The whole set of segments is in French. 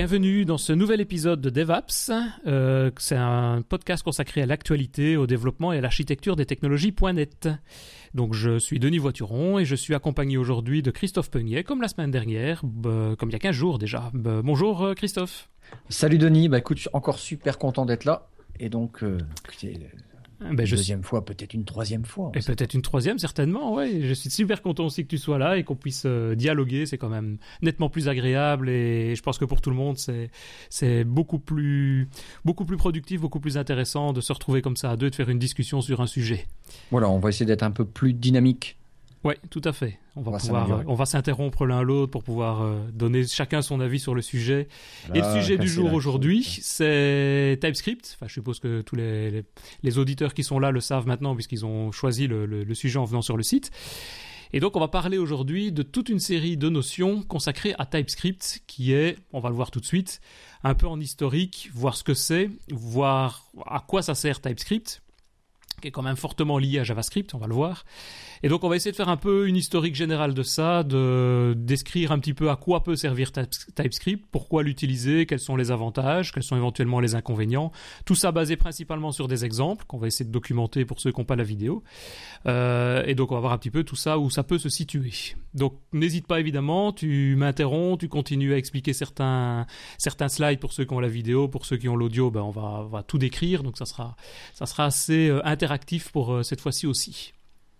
Bienvenue dans ce nouvel épisode de DevApps. C'est un podcast consacré à l'actualité, au développement et à l'architecture des technologies.net. Donc je suis Denis Voituron et je suis accompagné aujourd'hui de Christophe Peugnet, comme la semaine dernière, comme il y a 15 jours déjà. Bonjour Christophe. Salut Denis, écoute, je suis encore super content d'être là. Et donc, écoutez, deuxième fois, peut-être une troisième fois. Et peut-être une troisième, certainement, oui. Je suis super content aussi que tu sois là et qu'on puisse dialoguer. C'est quand même nettement plus agréable et je pense que pour tout le monde, c'est beaucoup plus productif, beaucoup plus intéressant de se retrouver comme ça à deux, de faire une discussion sur un sujet. Voilà, on va essayer d'être un peu plus dynamique. Oui, tout à fait. On va s'interrompre l'un l'autre pour pouvoir donner chacun son avis sur le sujet. Et le sujet du jour aujourd'hui, c'est TypeScript. Enfin, je suppose que tous les auditeurs qui sont là le savent maintenant puisqu'ils ont choisi le sujet en venant sur le site. Et donc, on va parler aujourd'hui de toute une série de notions consacrées à TypeScript qui est, on va le voir tout de suite, un peu en historique, voir ce que c'est, voir à quoi ça sert TypeScript, qui est quand même fortement lié à JavaScript, on va le voir. Et donc on va essayer de faire un peu une historique générale de ça, de décrire un petit peu à quoi peut servir TypeScript, pourquoi l'utiliser, quels sont les avantages, quels sont éventuellement les inconvénients. Tout ça basé principalement sur des exemples qu'on va essayer de documenter pour ceux qui n'ont pas la vidéo. Et donc on va voir un petit peu tout ça, où ça peut se situer. Donc n'hésite pas évidemment, tu m'interromps, tu continues à expliquer certains slides pour ceux qui ont la vidéo, pour ceux qui ont l'audio, on va tout décrire, donc ça sera assez interactif pour cette fois-ci aussi.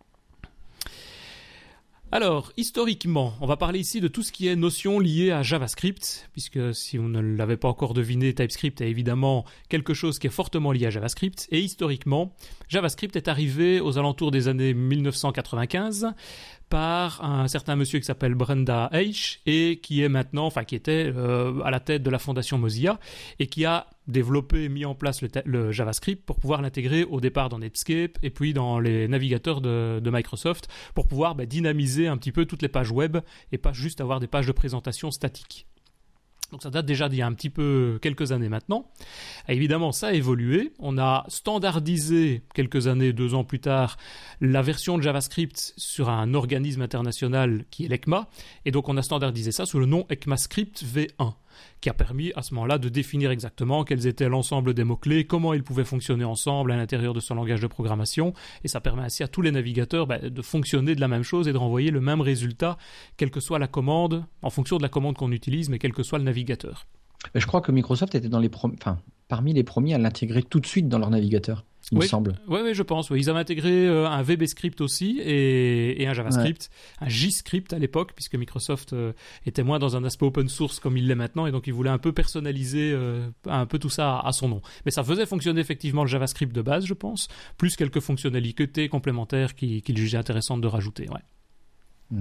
Alors, historiquement, on va parler ici de tout ce qui est notion liée à JavaScript, puisque si vous ne l'avez pas encore deviné, TypeScript est évidemment quelque chose qui est fortement lié à JavaScript. Et historiquement, JavaScript est arrivé aux alentours des années 1995 par un certain monsieur qui s'appelle Brenda Eich et qui était à la tête de la fondation Mozilla et qui a développé et mis en place le JavaScript pour pouvoir l'intégrer au départ dans Netscape et puis dans les navigateurs de Microsoft pour pouvoir dynamiser un petit peu toutes les pages web et pas juste avoir des pages de présentation statiques. Donc ça date déjà d'il y a un petit peu quelques années maintenant. Et évidemment, ça a évolué. On a standardisé quelques années, 2 ans plus tard, la version de JavaScript sur un organisme international qui est l'ECMA. Et donc on a standardisé ça sous le nom ECMAScript V1, qui a permis à ce moment-là de définir exactement quels étaient l'ensemble des mots-clés, comment ils pouvaient fonctionner ensemble à l'intérieur de son langage de programmation. Et ça permet ainsi à tous les navigateurs de fonctionner de la même chose et de renvoyer le même résultat, quelle que soit la commande, en fonction de la commande qu'on utilise, mais quel que soit le navigateur. Je crois que Microsoft était parmi les premiers à l'intégrer tout de suite dans leur navigateur, il me semble. Oui, je pense. Oui. Ils avaient intégré un VBScript aussi et un JavaScript, un JScript à l'époque, puisque Microsoft était moins dans un aspect open source comme il l'est maintenant, et donc ils voulaient un peu personnaliser un peu tout ça à son nom. Mais ça faisait fonctionner effectivement le JavaScript de base, je pense, plus quelques fonctionnalités complémentaires qu'ils jugeaient intéressantes de rajouter. Ouais.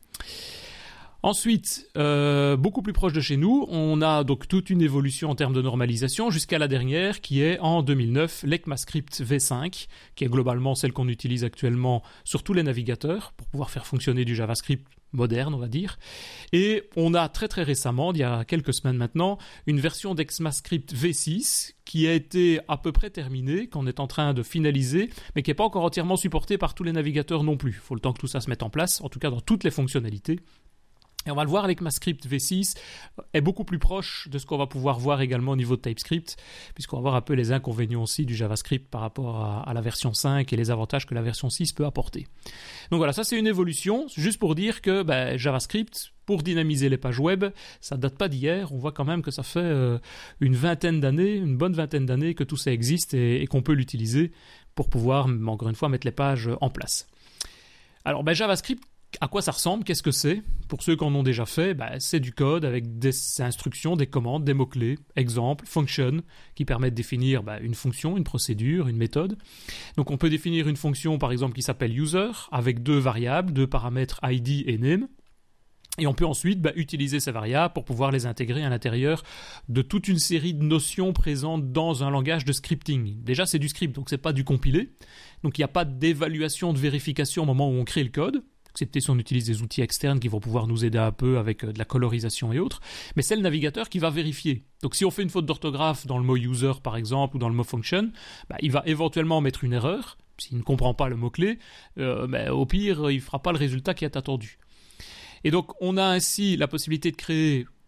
Ensuite, beaucoup plus proche de chez nous, on a donc toute une évolution en termes de normalisation jusqu'à la dernière qui est en 2009, l'ECMAScript V5, qui est globalement celle qu'on utilise actuellement sur tous les navigateurs pour pouvoir faire fonctionner du JavaScript moderne, on va dire. Et on a très très récemment, il y a quelques semaines maintenant, une version d'ECMAScript V6 qui a été à peu près terminée, qu'on est en train de finaliser, mais qui n'est pas encore entièrement supportée par tous les navigateurs non plus. Il faut le temps que tout ça se mette en place, en tout cas dans toutes les fonctionnalités. Et on va le voir, l'ECMAScript V6 est beaucoup plus proche de ce qu'on va pouvoir voir également au niveau de TypeScript, puisqu'on va voir un peu les inconvénients aussi du JavaScript par rapport à la version 5 et les avantages que la version 6 peut apporter. Donc voilà, ça c'est une évolution, juste pour dire que JavaScript, pour dynamiser les pages web, ça ne date pas d'hier. On voit quand même que ça fait une bonne vingtaine d'années que tout ça existe et qu'on peut l'utiliser pour pouvoir, encore une fois, mettre les pages en place. Alors JavaScript, à quoi ça ressemble? Qu'est-ce que c'est? Pour ceux qui en ont déjà fait, c'est du code avec des instructions, des commandes, des mots-clés, exemple, function, qui permet de définir une fonction, une procédure, une méthode. Donc on peut définir une fonction, par exemple, qui s'appelle user, avec 2 variables, 2 paramètres id et name. Et on peut ensuite utiliser ces variables pour pouvoir les intégrer à l'intérieur de toute une série de notions présentes dans un langage de scripting. Déjà, c'est du script, donc c'est pas du compilé. Donc il n'y a pas d'évaluation, de vérification au moment où on crée le code, excepté si on utilise des outils externes qui vont pouvoir nous aider un peu avec de la colorisation et autres. Mais c'est le navigateur qui va vérifier. Donc si on fait une faute d'orthographe dans le mot user par exemple ou dans le mot function, il va éventuellement mettre une erreur. S'il ne comprend pas le mot-clé, au pire, il ne fera pas le résultat qui est attendu. Et donc, on a ainsi la possibilité de créer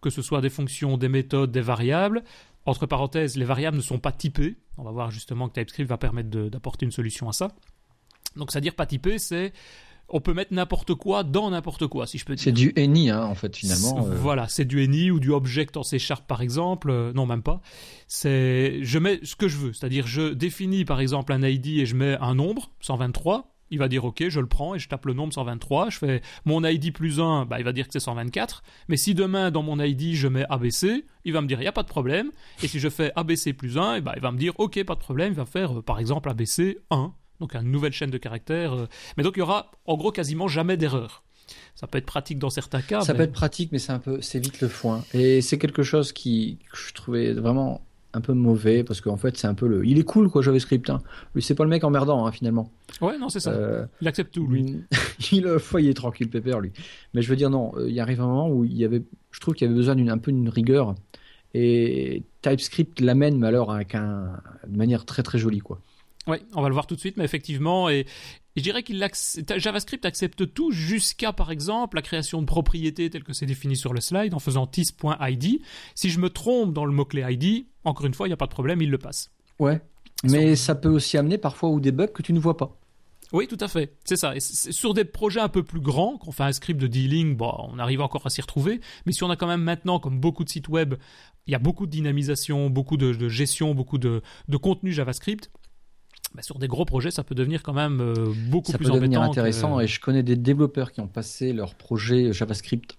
que ce soit des fonctions, des méthodes, des variables. Entre parenthèses, les variables ne sont pas typées. On va voir justement que TypeScript va permettre d'apporter une solution à ça. Donc, c'est-à-dire pas typé, c'est... On peut mettre n'importe quoi dans n'importe quoi, si je peux dire. C'est du any, en fait, finalement. Voilà, c'est du any ou du object en C# par exemple. Non, même pas. Je mets ce que je veux. C'est-à-dire, je définis par exemple un ID et je mets un nombre, 123. Il va dire OK, je le prends et je tape le nombre 123. Je fais mon ID plus 1, il va dire que c'est 124. Mais si demain, dans mon ID, je mets ABC, il va me dire il n'y a pas de problème. Et si je fais ABC plus 1, il va me dire OK, pas de problème. Il va faire par exemple ABC 1. Donc une nouvelle chaîne de caractères. Mais donc il y aura en gros quasiment jamais d'erreur. Ça peut être pratique dans certains cas. Ça peut être pratique, mais c'est vite le foin. Et c'est quelque chose que je trouvais vraiment un peu mauvais, parce qu'en fait c'est un peu il est cool quoi, JavaScript. Lui c'est pas le mec emmerdant finalement. Ouais, non, c'est ça. Il accepte tout lui. Il est tranquille pépère lui. Mais je veux dire non, il arrive un moment où je trouve qu'il y avait besoin d'un peu d'une rigueur. Et TypeScript l'amène, mais alors de manière très très jolie quoi. Oui, on va le voir tout de suite, mais effectivement, et je dirais JavaScript accepte tout jusqu'à, par exemple, la création de propriétés telles que c'est défini sur le slide en faisant tis.id. Si je me trompe dans le mot-clé ID, encore une fois, il n'y a pas de problème, il le passe. Ouais, mais ça peut aussi amener parfois des bugs que tu ne vois pas. Oui, tout à fait, c'est ça. Et sur des projets un peu plus grands, qu'on fait un script de dealing, on arrive encore à s'y retrouver, mais si on a quand même maintenant, comme beaucoup de sites web, il y a beaucoup de dynamisation, beaucoup de gestion, beaucoup de contenu JavaScript, sur des gros projets, ça peut devenir quand même beaucoup plus embêtant. Ça peut devenir intéressant, et je connais des développeurs qui ont passé leur projet JavaScript,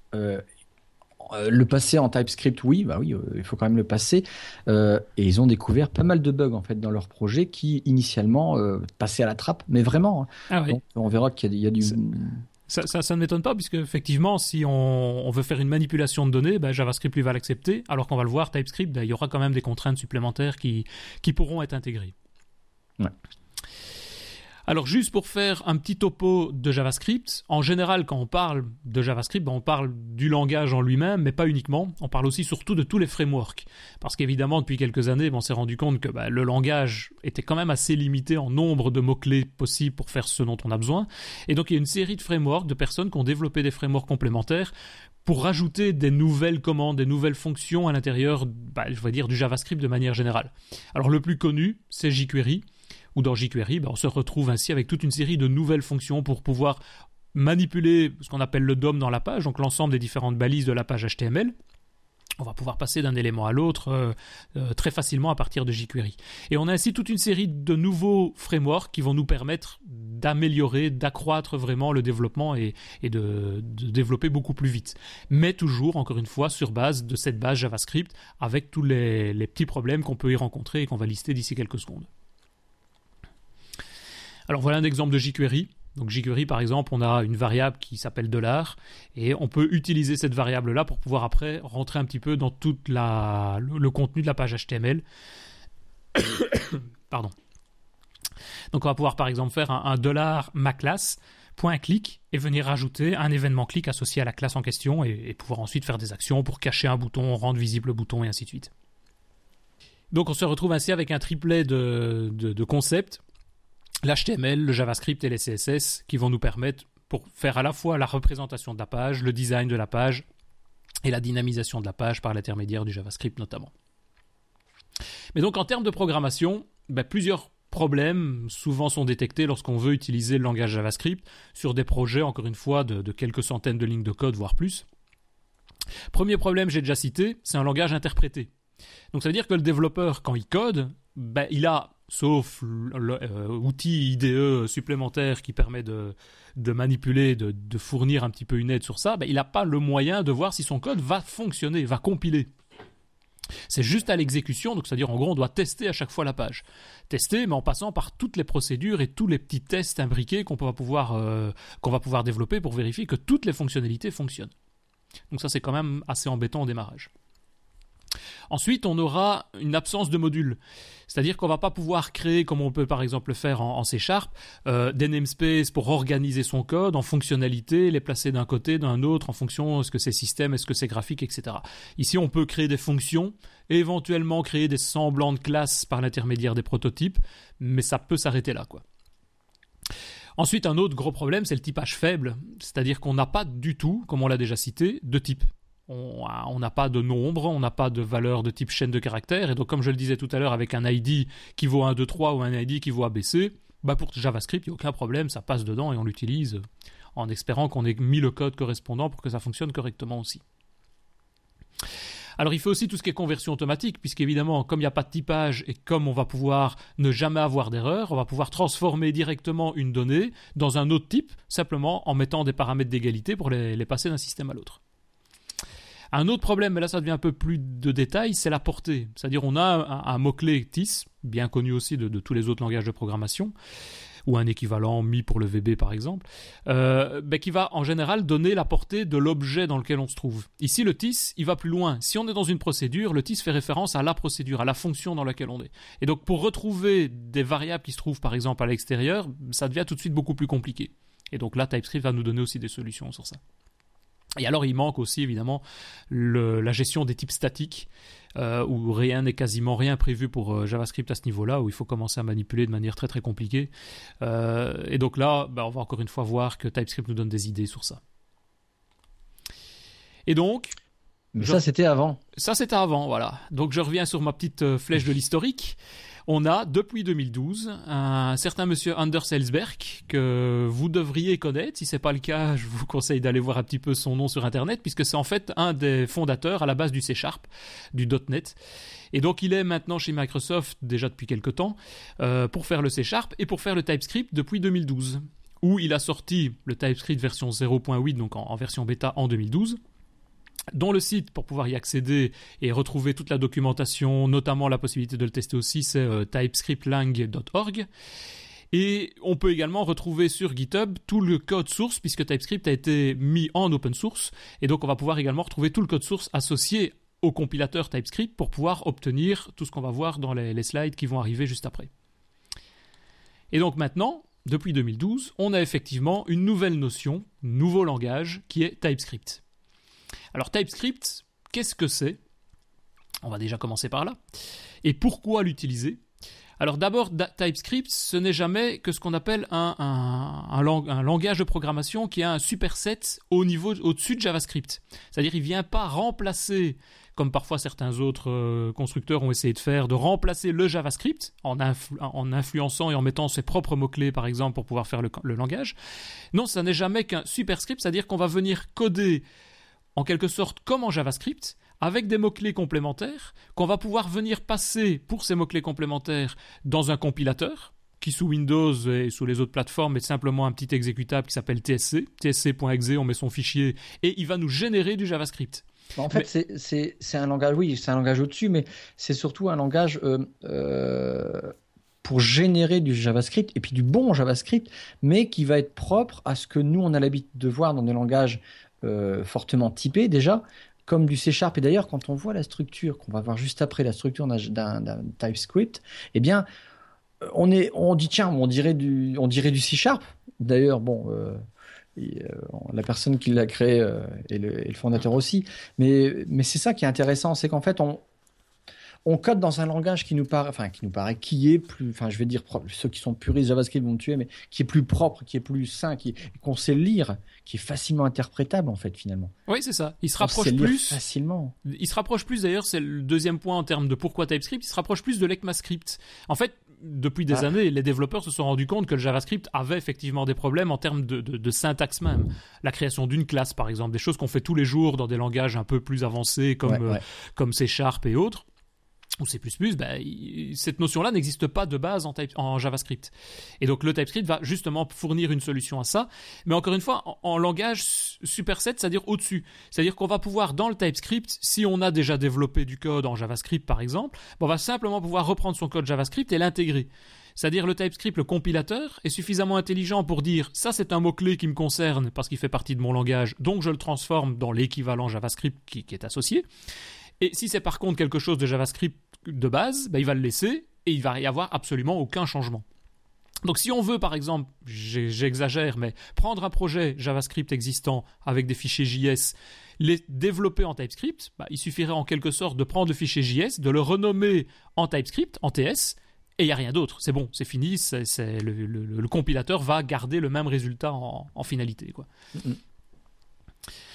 le passer en TypeScript, oui, il faut quand même le passer, et ils ont découvert pas mal de bugs en fait dans leur projet qui initialement passaient à la trappe, mais vraiment. Ah oui. Donc, on verra qu'il y a du... Ça ne m'étonne pas, puisque effectivement, si on veut faire une manipulation de données, JavaScript lui va l'accepter, alors qu'on va le voir, TypeScript, il y aura quand même des contraintes supplémentaires qui pourront être intégrées. Ouais. Alors juste pour faire un petit topo de JavaScript, en général quand on parle de JavaScript, on parle du langage en lui-même, mais pas uniquement, on parle aussi surtout de tous les frameworks, parce qu'évidemment depuis quelques années on s'est rendu compte que le langage était quand même assez limité en nombre de mots-clés possibles pour faire ce dont on a besoin, et donc il y a une série de frameworks, de personnes qui ont développé des frameworks complémentaires pour rajouter des nouvelles commandes, des nouvelles fonctions à l'intérieur du JavaScript de manière générale. Alors le plus connu, c'est jQuery, où dans jQuery, on se retrouve ainsi avec toute une série de nouvelles fonctions pour pouvoir manipuler ce qu'on appelle le DOM dans la page, donc l'ensemble des différentes balises de la page HTML. On va pouvoir passer d'un élément à l'autre très facilement à partir de jQuery. Et on a ainsi toute une série de nouveaux frameworks qui vont nous permettre d'améliorer, d'accroître vraiment le développement et de développer beaucoup plus vite. Mais toujours, encore une fois, sur base de cette base JavaScript, avec tous les petits problèmes qu'on peut y rencontrer et qu'on va lister d'ici quelques secondes. Alors voilà un exemple de jQuery. Donc jQuery par exemple, on a une variable qui s'appelle $, et on peut utiliser cette variable-là pour pouvoir après rentrer un petit peu dans tout le contenu de la page HTML. Pardon. Donc on va pouvoir par exemple faire un $maclass.click et venir rajouter un événement click associé à la classe en question et pouvoir ensuite faire des actions pour cacher un bouton, rendre visible le bouton et ainsi de suite. Donc on se retrouve ainsi avec un triplet de concepts. L'HTML, le JavaScript et les CSS qui vont nous permettre pour faire à la fois la représentation de la page, le design de la page et la dynamisation de la page par l'intermédiaire du JavaScript notamment. Mais donc en termes de programmation, plusieurs problèmes souvent sont détectés lorsqu'on veut utiliser le langage JavaScript sur des projets, encore une fois, de quelques centaines de lignes de code, voire plus. Premier problème, j'ai déjà cité, c'est un langage interprété. Donc ça veut dire que le développeur, quand il code, il a, sauf l'outil IDE supplémentaire qui permet de manipuler, de fournir un petit peu une aide sur ça, il n'a pas le moyen de voir si son code va fonctionner, va compiler. C'est juste à l'exécution, donc c'est-à-dire en gros on doit tester à chaque fois la page. Tester, mais en passant par toutes les procédures et tous les petits tests imbriqués qu'on va pouvoir développer pour vérifier que toutes les fonctionnalités fonctionnent. Donc ça c'est quand même assez embêtant au démarrage. Ensuite, on aura une absence de module. C'est-à-dire qu'on ne va pas pouvoir créer, comme on peut par exemple le faire en C#, des namespaces pour organiser son code en fonctionnalités, les placer d'un côté, d'un autre, en fonction est-ce que c'est système, est-ce que c'est graphique, etc. Ici, on peut créer des fonctions, éventuellement créer des semblants de classes par l'intermédiaire des prototypes, mais ça peut s'arrêter là, quoi. Ensuite, un autre gros problème, c'est le typage faible. C'est-à-dire qu'on n'a pas du tout, comme on l'a déjà cité, de type. On n'a pas de nombre, on n'a pas de valeur de type chaîne de caractères, et donc comme je le disais tout à l'heure, avec un ID qui vaut 1, 2, 3 ou un ID qui vaut ABC, pour JavaScript, il n'y a aucun problème, ça passe dedans et on l'utilise en espérant qu'on ait mis le code correspondant pour que ça fonctionne correctement aussi. Alors il fait aussi tout ce qui est conversion automatique, puisqu'évidemment, comme il n'y a pas de typage et comme on va pouvoir ne jamais avoir d'erreur, on va pouvoir transformer directement une donnée dans un autre type, simplement en mettant des paramètres d'égalité pour les passer d'un système à l'autre. Un autre problème, mais là ça devient un peu plus de détail, c'est la portée. C'est-à-dire on a un mot-clé TIS, bien connu aussi de tous les autres langages de programmation, ou un équivalent MI pour le VB par exemple, qui va en général donner la portée de l'objet dans lequel on se trouve. Ici le TIS, il va plus loin. Si on est dans une procédure, le TIS fait référence à la procédure, à la fonction dans laquelle on est. Et donc pour retrouver des variables qui se trouvent par exemple à l'extérieur, ça devient tout de suite beaucoup plus compliqué. Et donc là TypeScript va nous donner aussi des solutions sur ça. Et alors il manque aussi évidemment la gestion des types statiques, où quasiment rien prévu pour JavaScript à ce niveau-là, où il faut commencer à manipuler de manière très très compliquée. Et donc là, on va encore une fois voir que TypeScript nous donne des idées sur ça. Et donc... Mais ça c'était avant. Ça c'était avant, voilà. Donc je reviens sur ma petite flèche de l'historique. On a, depuis 2012, un certain monsieur Anders Ellsberg, que vous devriez connaître. Si ce n'est pas le cas, je vous conseille d'aller voir un petit peu son nom sur Internet, puisque c'est en fait un des fondateurs à la base du C#, du .NET. Et donc il est maintenant chez Microsoft, déjà depuis quelques temps, pour faire le C# et pour faire le TypeScript depuis 2012, où il a sorti le TypeScript version 0.8, donc en version bêta en 2012. Dont le site, pour pouvoir y accéder et retrouver toute la documentation, notamment la possibilité de le tester aussi, c'est typescriptlang.org. Et on peut également retrouver sur GitHub tout le code source, puisque TypeScript a été mis en open source. Et donc on va pouvoir également retrouver tout le code source associé au compilateur TypeScript pour pouvoir obtenir tout ce qu'on va voir dans les slides qui vont arriver juste après. Et donc maintenant, depuis 2012, on a effectivement une nouvelle notion, nouveau langage, qui est TypeScript. Alors TypeScript, qu'est-ce que c'est ? On va déjà commencer par là. Et pourquoi l'utiliser ? Alors d'abord, TypeScript, ce n'est jamais que ce qu'on appelle un langage de programmation qui a un superset au-dessus de JavaScript. C'est-à-dire il ne vient pas remplacer, comme parfois certains autres constructeurs ont essayé de faire, de remplacer le JavaScript en influençant et en mettant ses propres mots-clés par exemple pour pouvoir faire le langage. Non, ça n'est jamais qu'un superscript, c'est-à-dire qu'on va venir coder en quelque sorte comme en JavaScript, avec des mots-clés complémentaires, qu'on va pouvoir venir passer pour ces mots-clés complémentaires dans un compilateur, qui sous Windows et sous les autres plateformes est simplement un petit exécutable qui s'appelle TSC, tsc.exe, on met son fichier, et il va nous générer du JavaScript. En fait, c'est un langage, oui, c'est un langage au-dessus, mais c'est surtout un langage pour générer du JavaScript, et puis du bon JavaScript, mais qui va être propre à ce que nous, on a l'habitude de voir dans des langages fortement typé déjà, comme du C#. Et d'ailleurs, quand on voit la structure, qu'on va voir juste après, la structure d'un TypeScript, eh bien, on dit tiens, on dirait du C#. D'ailleurs, bon, la personne qui l'a créé et le fondateur aussi. Mais c'est ça qui est intéressant, c'est qu'en fait, on code dans un langage qui est plus, je vais dire, ceux qui sont puristes JavaScript vont me tuer, mais qui est plus propre, qui est plus sain, qu'on sait lire, qui est facilement interprétable en fait finalement. Oui, c'est ça. Il se rapproche plus facilement. Il se rapproche plus d'ailleurs, c'est le deuxième point en termes de pourquoi TypeScript. Il se rapproche plus de l'ECMAScript. En fait, depuis des années, les développeurs se sont rendus compte que le JavaScript avait effectivement des problèmes en termes de syntaxe même. La création d'une classe, par exemple, des choses qu'on fait tous les jours dans des langages un peu plus avancés comme C# et autres. Ou C++, cette notion-là n'existe pas de base en JavaScript. Et donc le TypeScript va justement fournir une solution à ça, mais encore une fois, en langage superset, c'est-à-dire au-dessus. C'est-à-dire qu'on va pouvoir, dans le TypeScript, si on a déjà développé du code en JavaScript par exemple, on va simplement pouvoir reprendre son code JavaScript et l'intégrer. C'est-à-dire le TypeScript, le compilateur, est suffisamment intelligent pour dire « ça c'est un mot-clé qui me concerne parce qu'il fait partie de mon langage, donc je le transforme dans l'équivalent JavaScript qui est associé ». Et si c'est par contre quelque chose de JavaScript de base, il va le laisser et il va y avoir absolument aucun changement. Donc si on veut par exemple, j'exagère, mais prendre un projet JavaScript existant avec des fichiers JS, les développer en TypeScript, il suffirait en quelque sorte de prendre le fichier JS, de le renommer en TypeScript, en TS, et il n'y a rien d'autre. C'est bon, c'est fini, le compilateur va garder le même résultat en finalité, quoi. Mm-hmm.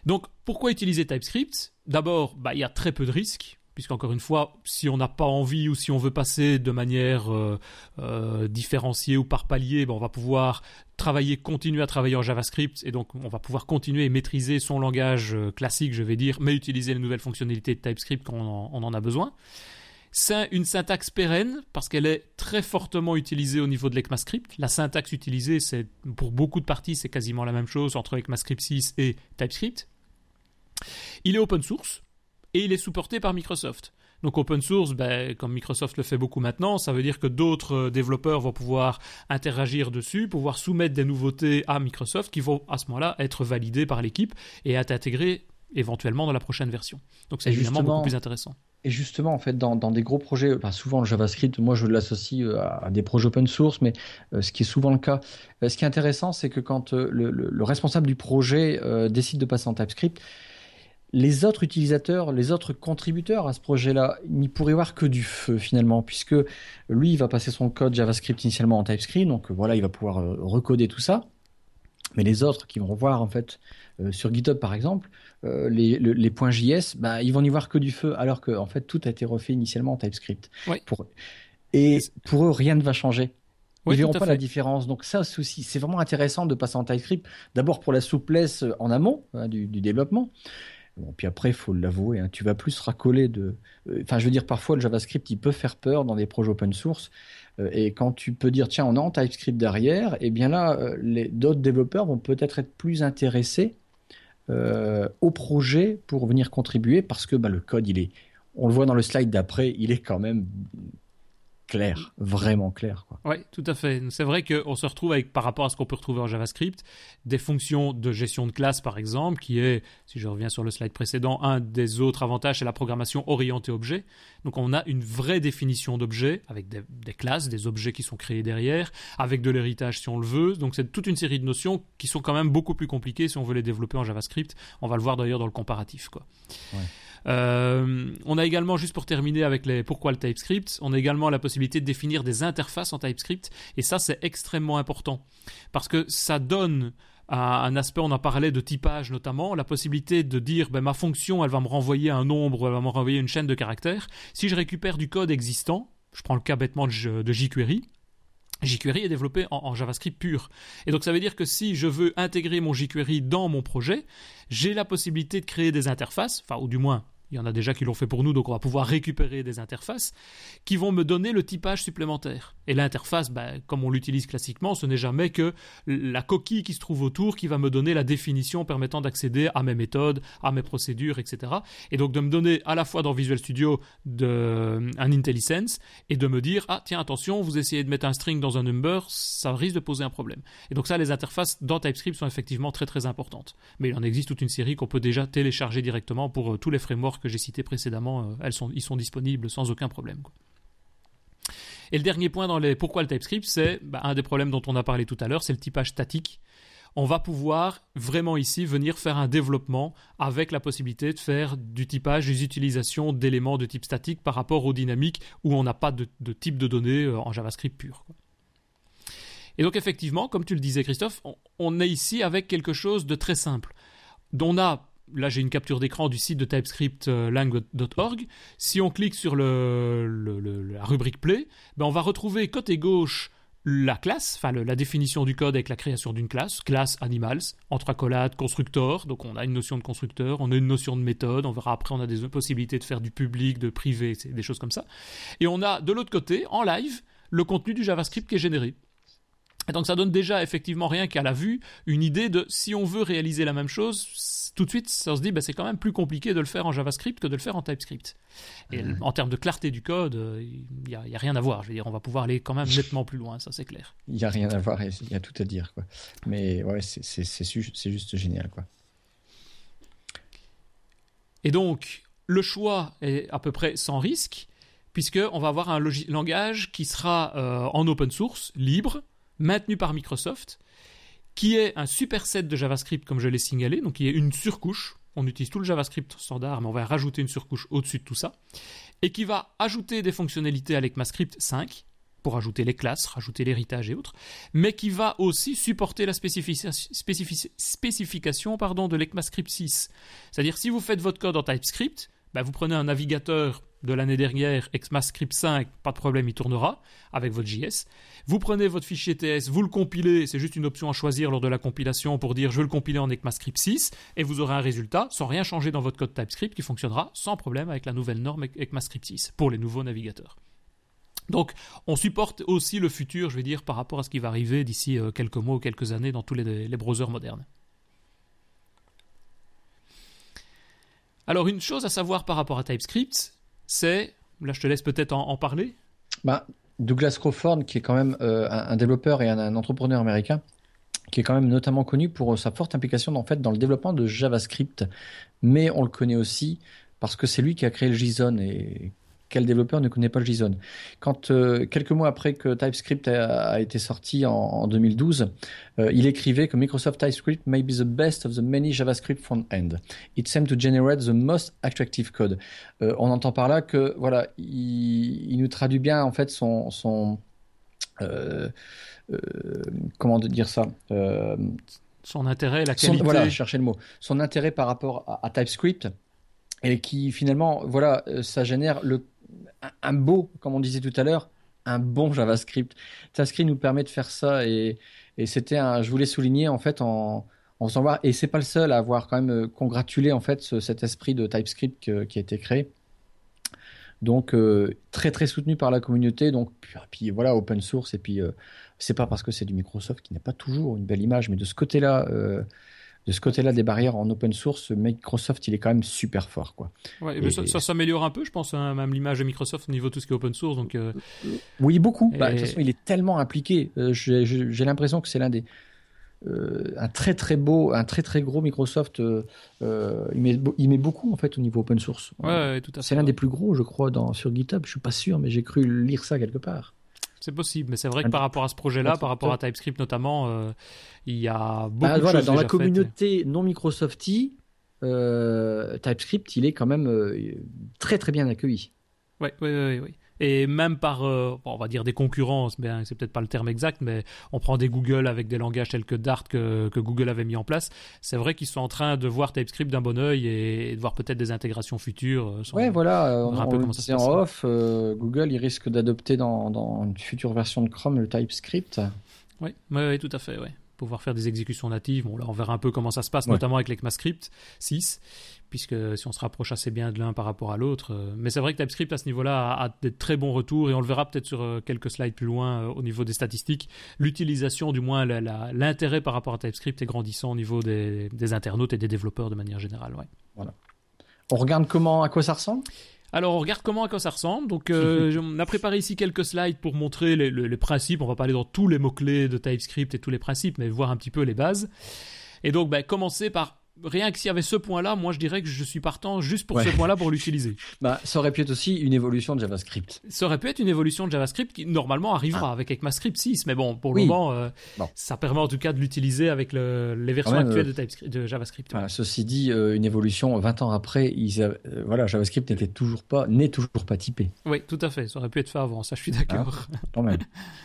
Donc, pourquoi utiliser TypeScript ? D'abord, il y a très peu de risques, puisqu'encore une fois, si on n'a pas envie ou si on veut passer de manière différenciée ou par palier, on va pouvoir continuer à travailler en JavaScript, et donc on va pouvoir continuer et maîtriser son langage classique, je vais dire, mais utiliser les nouvelles fonctionnalités de TypeScript quand on en a besoin. C'est une syntaxe pérenne parce qu'elle est très fortement utilisée au niveau de l'ECMAScript. La syntaxe utilisée, c'est, pour beaucoup de parties, c'est quasiment la même chose entre ECMAScript 6 et TypeScript. Il est open source et il est supporté par Microsoft. Donc open source, comme Microsoft le fait beaucoup maintenant, ça veut dire que d'autres développeurs vont pouvoir interagir dessus, pouvoir soumettre des nouveautés à Microsoft qui vont à ce moment-là être validées par l'équipe et être intégrées éventuellement dans la prochaine version. Donc c'est évidemment beaucoup plus intéressant. Et justement, en fait, dans des gros projets, souvent le JavaScript, moi je l'associe à des projets open source, mais ce qui est souvent le cas. Ce qui est intéressant, c'est que quand le responsable du projet décide de passer en TypeScript, les autres utilisateurs, les autres contributeurs à ce projet-là, ils n'y pourraient voir que du feu finalement, puisque lui, il va passer son code JavaScript initialement en TypeScript, donc voilà, il va pouvoir recoder tout ça. Mais les autres qui vont voir en fait sur GitHub par exemple les points JS, ils vont n'y voir que du feu, alors que en fait tout a été refait initialement en TypeScript. Oui. Pour eux, rien ne va changer. Ils verront pas la différence. Donc ça aussi, c'est vraiment intéressant de passer en TypeScript. D'abord pour la souplesse en amont du développement. Bon, puis après, il faut l'avouer, tu vas plus racoler de. Enfin, je veux dire, parfois le JavaScript, il peut faire peur dans des projets open source. Et quand tu peux dire, tiens, on est en TypeScript derrière, et bien là, d'autres développeurs vont peut-être être plus intéressés au projet pour venir contribuer, parce que le code, on le voit dans le slide d'après, il est quand même clair, vraiment clair, quoi. Oui, tout à fait. C'est vrai qu'on se retrouve avec, par rapport à ce qu'on peut retrouver en JavaScript, des fonctions de gestion de classe, par exemple, qui est, si je reviens sur le slide précédent, un des autres avantages, c'est la programmation orientée objet. Donc on a une vraie définition d'objet, avec des classes, des objets qui sont créés derrière, avec de l'héritage si on le veut. Donc c'est toute une série de notions qui sont quand même beaucoup plus compliquées si on veut les développer en JavaScript. On va le voir d'ailleurs dans le comparatif, quoi. Ouais. On a également, juste pour terminer avec pourquoi le TypeScript, on a également la possibilité de définir des interfaces en TypeScript, et ça c'est extrêmement important parce que ça donne un aspect, on en parlait de typage notamment, la possibilité de dire ma fonction elle va me renvoyer un nombre, elle va me renvoyer une chaîne de caractères. Si je récupère du code existant, je prends le cas bêtement de jQuery. jQuery est développé en JavaScript pur. Et donc ça veut dire que si je veux intégrer mon jQuery dans mon projet, j'ai la possibilité de créer des interfaces, ou du moins il y en a déjà qui l'ont fait pour nous, donc on va pouvoir récupérer des interfaces qui vont me donner le typage supplémentaire. Et l'interface, comme on l'utilise classiquement, ce n'est jamais que la coquille qui se trouve autour qui va me donner la définition permettant d'accéder à mes méthodes, à mes procédures, etc. Et donc de me donner à la fois dans Visual Studio un IntelliSense et de me dire, tiens, attention, vous essayez de mettre un string dans un number, ça risque de poser un problème. Et donc ça, les interfaces dans TypeScript sont effectivement très très importantes. Mais il en existe toute une série qu'on peut déjà télécharger directement pour tous les frameworks que j'ai cités précédemment, ils sont disponibles sans aucun problème, quoi. Et le dernier point dans pourquoi le TypeScript, c'est un des problèmes dont on a parlé tout à l'heure, c'est le typage statique. On va pouvoir vraiment ici venir faire un développement avec la possibilité de faire du typage, des utilisations d'éléments de type statique par rapport aux dynamiques où on n'a pas de type de données en JavaScript pur, quoi. Et donc effectivement, comme tu le disais Christophe, on est ici avec quelque chose de très simple. Là, j'ai une capture d'écran du site de typescriptlang.org. Si on clique sur la rubrique Play, on va retrouver côté gauche la classe, la définition du code avec la création d'une classe animals, entre accolades, constructor. Donc on a une notion de constructeur, on a une notion de méthode. On verra après, on a des possibilités de faire du public, de privé, des choses comme ça. Et on a de l'autre côté, en live, le contenu du JavaScript qui est généré. Et donc ça donne déjà effectivement rien qu'à la vue une idée de si on veut réaliser la même chose, tout de suite on se dit c'est quand même plus compliqué de le faire en JavaScript que de le faire en TypeScript. Et en termes de clarté du code, il y a rien à voir. Je veux dire, on va pouvoir aller quand même nettement plus loin, ça c'est clair. Il y a rien à voir, il y a tout à dire, quoi. Mais ouais, c'est juste génial, quoi. Et donc le choix est à peu près sans risque, puisque on va avoir un langage qui sera en open source, libre, maintenu par Microsoft, qui est un superset de JavaScript comme je l'ai signalé, donc qui est une surcouche. On utilise tout le JavaScript standard, mais on va rajouter une surcouche au-dessus de tout ça, et qui va ajouter des fonctionnalités à l'ECMAScript 5, pour ajouter les classes, rajouter l'héritage et autres, mais qui va aussi supporter la spécification de l'ECMAScript 6. C'est-à-dire, si vous faites votre code en TypeScript, vous prenez un navigateur de l'année dernière, ECMAScript 5, pas de problème, il tournera avec votre JS. Vous prenez votre fichier TS, vous le compilez, c'est juste une option à choisir lors de la compilation pour dire je veux le compiler en ECMAScript 6, et vous aurez un résultat sans rien changer dans votre code TypeScript qui fonctionnera sans problème avec la nouvelle norme ECMAScript 6 pour les nouveaux navigateurs. Donc, on supporte aussi le futur, je vais dire, par rapport à ce qui va arriver d'ici quelques mois ou quelques années dans tous les browsers modernes. Alors, une chose à savoir par rapport à TypeScript, c'est, là je te laisse peut-être en parler. Douglas Crawford, qui est quand même un développeur et un entrepreneur américain, qui est quand même notamment connu pour sa forte implication en fait, dans le développement de JavaScript. Mais on le connaît aussi parce que c'est lui qui a créé le JSON, et quel développeur ne connaît pas le JSON? Quand quelques mois après que TypeScript a été sorti en 2012, il écrivait que Microsoft TypeScript may be the best of the many JavaScript front-end. It seems to generate the most attractive code. On entend par là que voilà, il nous traduit bien en fait son comment dire ça, son intérêt, la qualité. Voilà, chercher le mot. Son intérêt par rapport à TypeScript, et qui finalement, voilà, ça génère un beau, comme on disait tout à l'heure, un bon JavaScript. TypeScript nous permet de faire ça, et je voulais souligner en fait en faisant voir, et c'est pas le seul à avoir quand même congratulé en fait cet esprit de TypeScript qui a été créé. Donc très très soutenu par la communauté, donc puis voilà, open source, et puis c'est pas parce que c'est du Microsoft qui n'a pas toujours une belle image, mais de ce côté-là des barrières en open source, Microsoft il est quand même super fort, quoi. Ouais, mais ça s'améliore un peu, je pense, hein, même l'image de Microsoft au niveau de tout ce qui est open source. Donc, oui, beaucoup. De toute façon, il est tellement impliqué. J'ai l'impression que c'est l'un des un très très gros Microsoft. Il met beaucoup en fait au niveau open source. Ouais, tout à fait. C'est l'un des plus gros, je crois, sur GitHub. Je suis pas sûr, mais j'ai cru lire ça quelque part. C'est possible, mais c'est vrai que par rapport à ce projet-là, par rapport à TypeScript notamment, il y a beaucoup de choses dans la déjà communauté faites. non Microsoftie, TypeScript, il est quand même très très bien accueilli. Oui. Et même par, on va dire des concurrents, c'est peut-être pas le terme exact, mais on prend des Google avec des langages tels que Dart que Google avait mis en place. C'est vrai qu'ils sont en train de voir TypeScript d'un bon œil et de voir peut-être des intégrations futures. Ouais, voilà, on le disait en off, Google, il risque d'adopter dans une future version de Chrome le TypeScript. Oui, tout à fait, oui. Pouvoir faire des exécutions natives. Bon, là, on verra un peu comment ça se passe, notamment avec l'ECMAScript 6, puisque si on se rapproche assez bien de l'un par rapport à l'autre. Mais c'est vrai que TypeScript, à ce niveau-là, a des très bons retours, et on le verra peut-être sur quelques slides plus loin au niveau des statistiques. L'utilisation, du moins, l'intérêt par rapport à TypeScript est grandissant au niveau des internautes et des développeurs de manière générale. Ouais. Voilà. On regarde à quoi ça ressemble ? Alors, on regarde à quoi ça ressemble. Donc, on a préparé ici quelques slides pour montrer les principes. On va pas aller dans tous les mots-clés de TypeScript et tous les principes, mais voir un petit peu les bases. Et donc, commencer par... Rien que s'il y avait ce point-là, moi je dirais que je suis partant juste pour ce point-là pour l'utiliser. Ça aurait pu être aussi une évolution de JavaScript. Ça aurait pu être une évolution de JavaScript qui normalement arrivera avec ECMAScript 6, mais bon, pour le moment, ça permet en tout cas de l'utiliser avec les versions actuelles de JavaScript. Voilà, ceci dit, une évolution 20 ans après, JavaScript n'est toujours pas typé. Oui, tout à fait, ça aurait pu être fait avant, ça je suis d'accord. Quand même.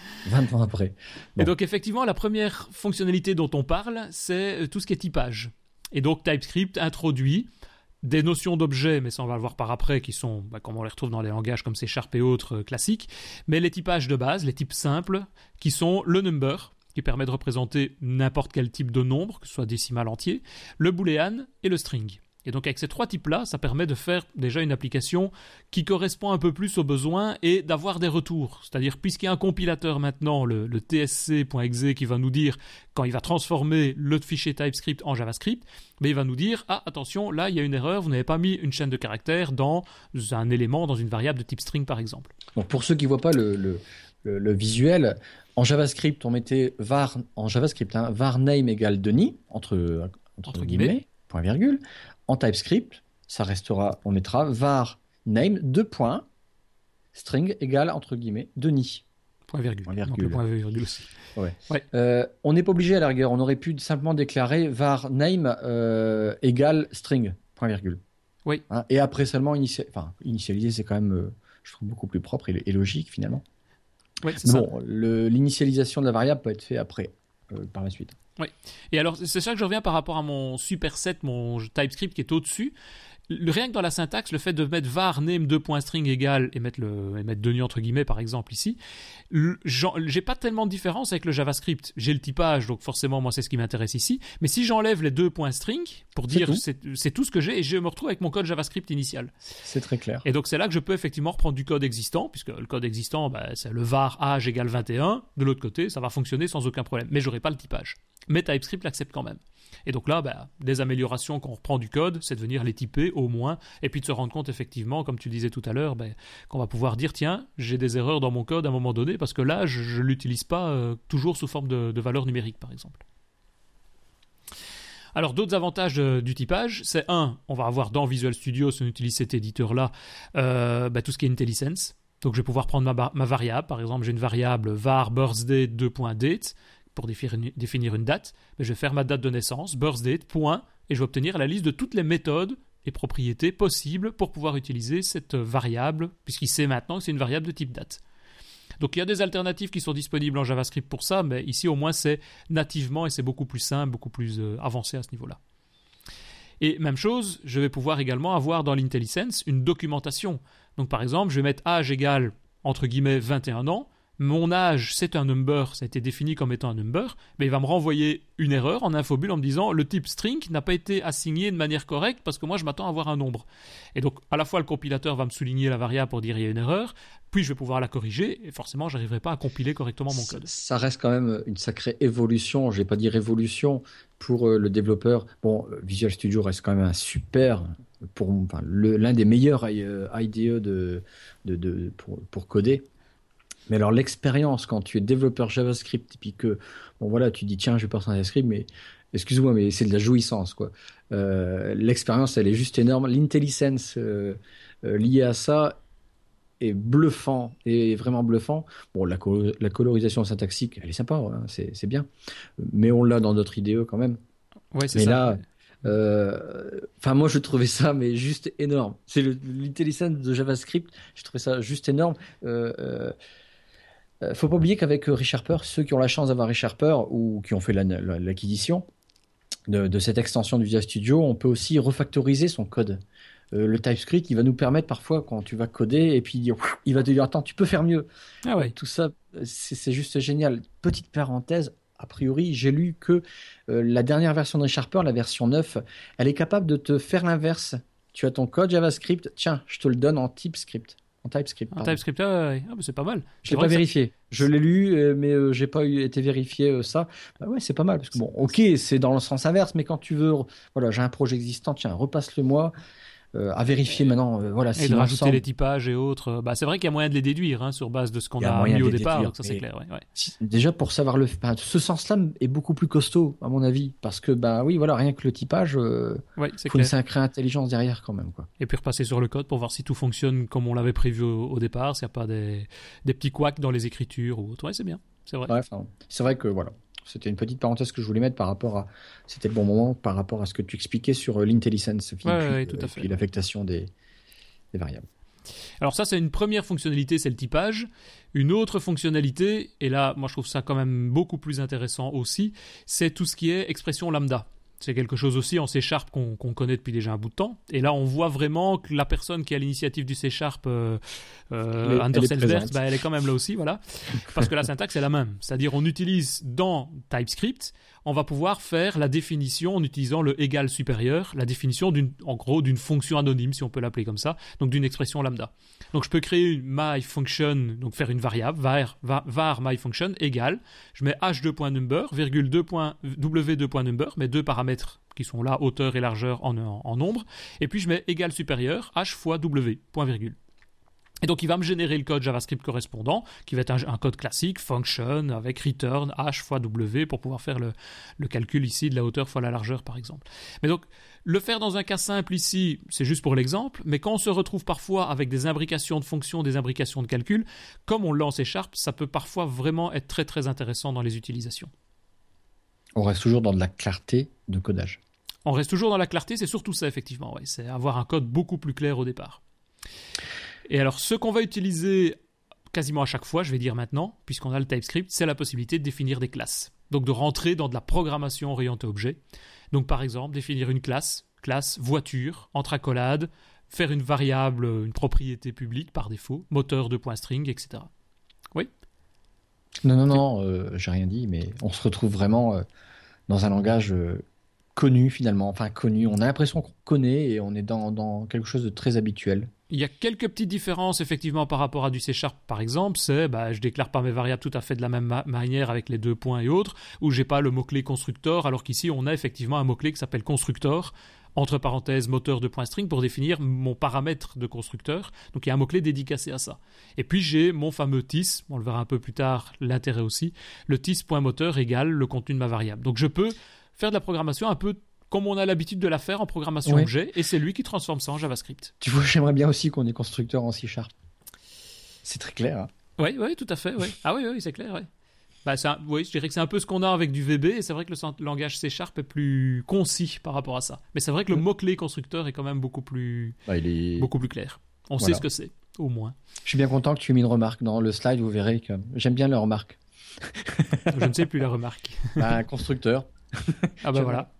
20 ans après. Bon. Et donc effectivement, la première fonctionnalité dont on parle, c'est tout ce qui est typage. Et donc TypeScript introduit des notions d'objets, mais ça on va le voir par après, qui sont, comme on les retrouve dans les langages comme C# et autres classiques, mais les typages de base, les types simples, qui sont le number, qui permet de représenter n'importe quel type de nombre, que ce soit décimal entier, le boolean et le string. Et donc avec ces trois types-là, ça permet de faire déjà une application qui correspond un peu plus aux besoins et d'avoir des retours. C'est-à-dire, puisqu'il y a un compilateur maintenant, le tsc.exe, qui va nous dire, quand il va transformer le fichier TypeScript en JavaScript, il va nous dire, attention, là il y a une erreur, vous n'avez pas mis une chaîne de caractères dans un élément, dans une variable de type string par exemple. Donc pour ceux qui ne voient pas le visuel, en JavaScript, on mettait var name égale Denis, entre guillemets, point virgule. En TypeScript, on mettra var name string égale entre guillemets Denis. Point virgule. Donc le point virgule aussi. Ouais. On n'est pas obligé à la rigueur. On aurait pu simplement déclarer var name égale string. Point virgule. Oui. Et après seulement initialiser, c'est quand même, je trouve, beaucoup plus propre et logique finalement. Ouais, c'est ça. Bon, l'initialisation de la variable peut être fait après, par la suite. Oui. Et alors, c'est ça que je reviens par rapport à mon superset, mon TypeScript qui est au-dessus. Rien que dans la syntaxe, le fait de mettre var name 2.string égale et mettre Denis entre guillemets par exemple ici, j'ai pas tellement de différence avec le JavaScript. J'ai le typage, donc forcément moi c'est ce qui m'intéresse ici. Mais si j'enlève les 2.string pour dire c'est tout ce que j'ai et je me retrouve avec mon code JavaScript initial. C'est très clair. Et donc c'est là que je peux effectivement reprendre du code existant, puisque le code existant c'est le var âge égale 21. De l'autre côté, ça va fonctionner sans aucun problème. Mais j'aurai pas le typage. Mais TypeScript l'accepte quand même. Et donc là, des améliorations quand on reprend du code, c'est de venir les typer au moins, et puis de se rendre compte effectivement, comme tu disais tout à l'heure, qu'on va pouvoir dire tiens, j'ai des erreurs dans mon code à un moment donné, parce que là, je ne l'utilise pas toujours sous forme de valeur numérique, par exemple. Alors d'autres avantages du typage, c'est on va avoir dans Visual Studio, si on utilise cet éditeur-là, tout ce qui est IntelliSense. Donc je vais pouvoir prendre ma variable, par exemple j'ai une variable var birthday 2.date, pour définir une date, je vais faire ma date de naissance, birthdate, point, et je vais obtenir la liste de toutes les méthodes et propriétés possibles pour pouvoir utiliser cette variable, puisqu'il sait maintenant que c'est une variable de type date. Donc il y a des alternatives qui sont disponibles en JavaScript pour ça, mais ici au moins c'est nativement et c'est beaucoup plus simple, beaucoup plus avancé à ce niveau-là. Et même chose, je vais pouvoir également avoir dans l'IntelliSense une documentation. Donc par exemple, je vais mettre âge égale, entre guillemets, 21 ans, mon âge, c'est un number, ça a été défini comme étant un number, mais il va me renvoyer une erreur en infobule en me disant le type string n'a pas été assigné de manière correcte parce que moi je m'attends à avoir un nombre. Et donc à la fois le compilateur va me souligner la variable pour dire il y a une erreur, puis je vais pouvoir la corriger et forcément je n'arriverai pas à compiler correctement mon code. Ça reste quand même une sacrée évolution, je vais pas dire révolution pour le développeur. Bon, Visual Studio reste quand même un super, l'un des meilleurs IDE pour coder. Mais alors l'expérience quand tu es développeur JavaScript et puis que tu dis tiens je vais passer un JavaScript mais excuse-moi mais c'est de la jouissance quoi. L'expérience elle est juste énorme. L'IntelliSense lié à ça est bluffant et vraiment bluffant. Bon la colorisation syntaxique elle est sympa hein, c'est bien mais on l'a dans d'autres IDE quand même. Ouais c'est mais ça. Là moi je trouvais ça mais juste énorme. C'est l'IntelliSense de JavaScript. Je trouvais ça juste énorme. Faut pas oublier qu'avec ReSharper, ceux qui ont la chance d'avoir ReSharper ou qui ont fait l'acquisition de cette extension du Visual Studio, on peut aussi refactoriser son code. Le TypeScript, il va nous permettre parfois quand tu vas coder et puis il va te dire attends, tu peux faire mieux. Ah ouais. Tout ça, c'est juste génial. Petite parenthèse, a priori, j'ai lu que la dernière version de ReSharper, la version 9, elle est capable de te faire l'inverse. Tu as ton code JavaScript, tiens, je te le donne en TypeScript. En TypeScript. TypeScript, c'est pas mal. Je l'ai pas vérifié. Je l'ai lu, mais j'ai pas été vérifié ça. Ouais, c'est pas mal parce que ok, c'est dans le sens inverse, mais quand tu veux, j'ai un projet existant, tiens, repasse-le-moi. À vérifier maintenant, et de rajouter les typages et autres. C'est vrai qu'il y a moyen de les déduire sur base de ce qu'on a mis au départ, donc ça c'est clair. Ouais. Déjà pour savoir ce sens-là est beaucoup plus costaud à mon avis, parce que rien que le typage, faut une sacrée intelligence derrière quand même quoi. Et puis repasser sur le code pour voir si tout fonctionne comme on l'avait prévu au départ, s'il n'y a pas des petits couacs dans les écritures ou autre. Ouais, c'est bien, c'est vrai. Ouais, c'est vrai que voilà. C'était une petite parenthèse que je voulais mettre par rapport à. C'était le bon moment par rapport à ce que tu expliquais sur l'IntelliSense, tout à fait. Puis l'affectation des variables. Alors ça, c'est une première fonctionnalité, c'est le typage. Une autre fonctionnalité, et là, moi je trouve ça quand même beaucoup plus intéressant aussi, c'est tout ce qui est expression lambda. C'est quelque chose aussi en C# qu'on connaît depuis déjà un bout de temps. Et là, on voit vraiment que la personne qui a l'initiative du C# Anders Elsberg, elle est quand même là aussi, voilà. Parce que la syntaxe est la même. C'est-à-dire, on utilise dans TypeScript, on va pouvoir faire la définition en utilisant le égal supérieur, la définition d'une fonction anonyme, si on peut l'appeler comme ça, donc d'une expression lambda. Donc, je peux créer une myFunction, donc faire une variable, var myFunction égale, je mets h2.number, virgule w2.number, mes deux paramètres qui sont là, hauteur et largeur en nombre, et puis je mets égal supérieur, h fois w, point virgule. Et donc, il va me générer le code JavaScript correspondant, qui va être un code classique, function, avec return, h fois w, pour pouvoir faire le calcul ici de la hauteur fois la largeur, par exemple. Mais donc, le faire dans un cas simple ici, c'est juste pour l'exemple, mais quand on se retrouve parfois avec des imbrications de fonctions, des imbrications de calcul, comme on l'a en C#, ça peut parfois vraiment être très très intéressant dans les utilisations. On reste toujours dans de la clarté de codage. On reste toujours dans la clarté, c'est surtout ça, effectivement. C'est avoir un code beaucoup plus clair au départ. Et alors, ce qu'on va utiliser quasiment à chaque fois, je vais dire maintenant, puisqu'on a le TypeScript, c'est la possibilité de définir des classes. Donc de rentrer dans de la programmation orientée objet. Donc par exemple, définir une classe voiture, entre accolades, faire une variable, une propriété publique par défaut, moteur de .string, etc. Oui. Non, j'ai rien dit, mais on se retrouve vraiment dans un langage connu finalement. Enfin connu, on a l'impression qu'on connaît et on est dans quelque chose de très habituel. Il y a quelques petites différences effectivement par rapport à du C# par exemple, c'est je déclare pas mes variables tout à fait de la même manière avec les 2 points et autres, où j'ai pas le mot-clé constructor, alors qu'ici on a effectivement un mot-clé qui s'appelle constructor, entre parenthèses moteur de .string pour définir mon paramètre de constructeur, donc il y a un mot-clé dédicacé à ça. Et puis j'ai mon fameux tis, on le verra un peu plus tard, l'intérêt aussi, le tis.moteur égale le contenu de ma variable. Donc je peux faire de la programmation un peu comme on a l'habitude de la faire en programmation objet, et c'est lui qui transforme ça en JavaScript. Tu vois, j'aimerais bien aussi qu'on ait constructeur en C#. C'est très clair. Hein. Oui, tout à fait. Oui. Ah oui, c'est clair. Oui. Oui, je dirais que c'est un peu ce qu'on a avec du VB, et c'est vrai que le langage C# est plus concis par rapport à ça. Mais c'est vrai que le mot-clé constructeur est quand même beaucoup plus clair. On sait ce que c'est, au moins. Je suis bien content que tu aies mis une remarque dans le slide, vous verrez que j'aime bien la remarque. Je ne sais plus la remarque. Constructeur. Ah voilà.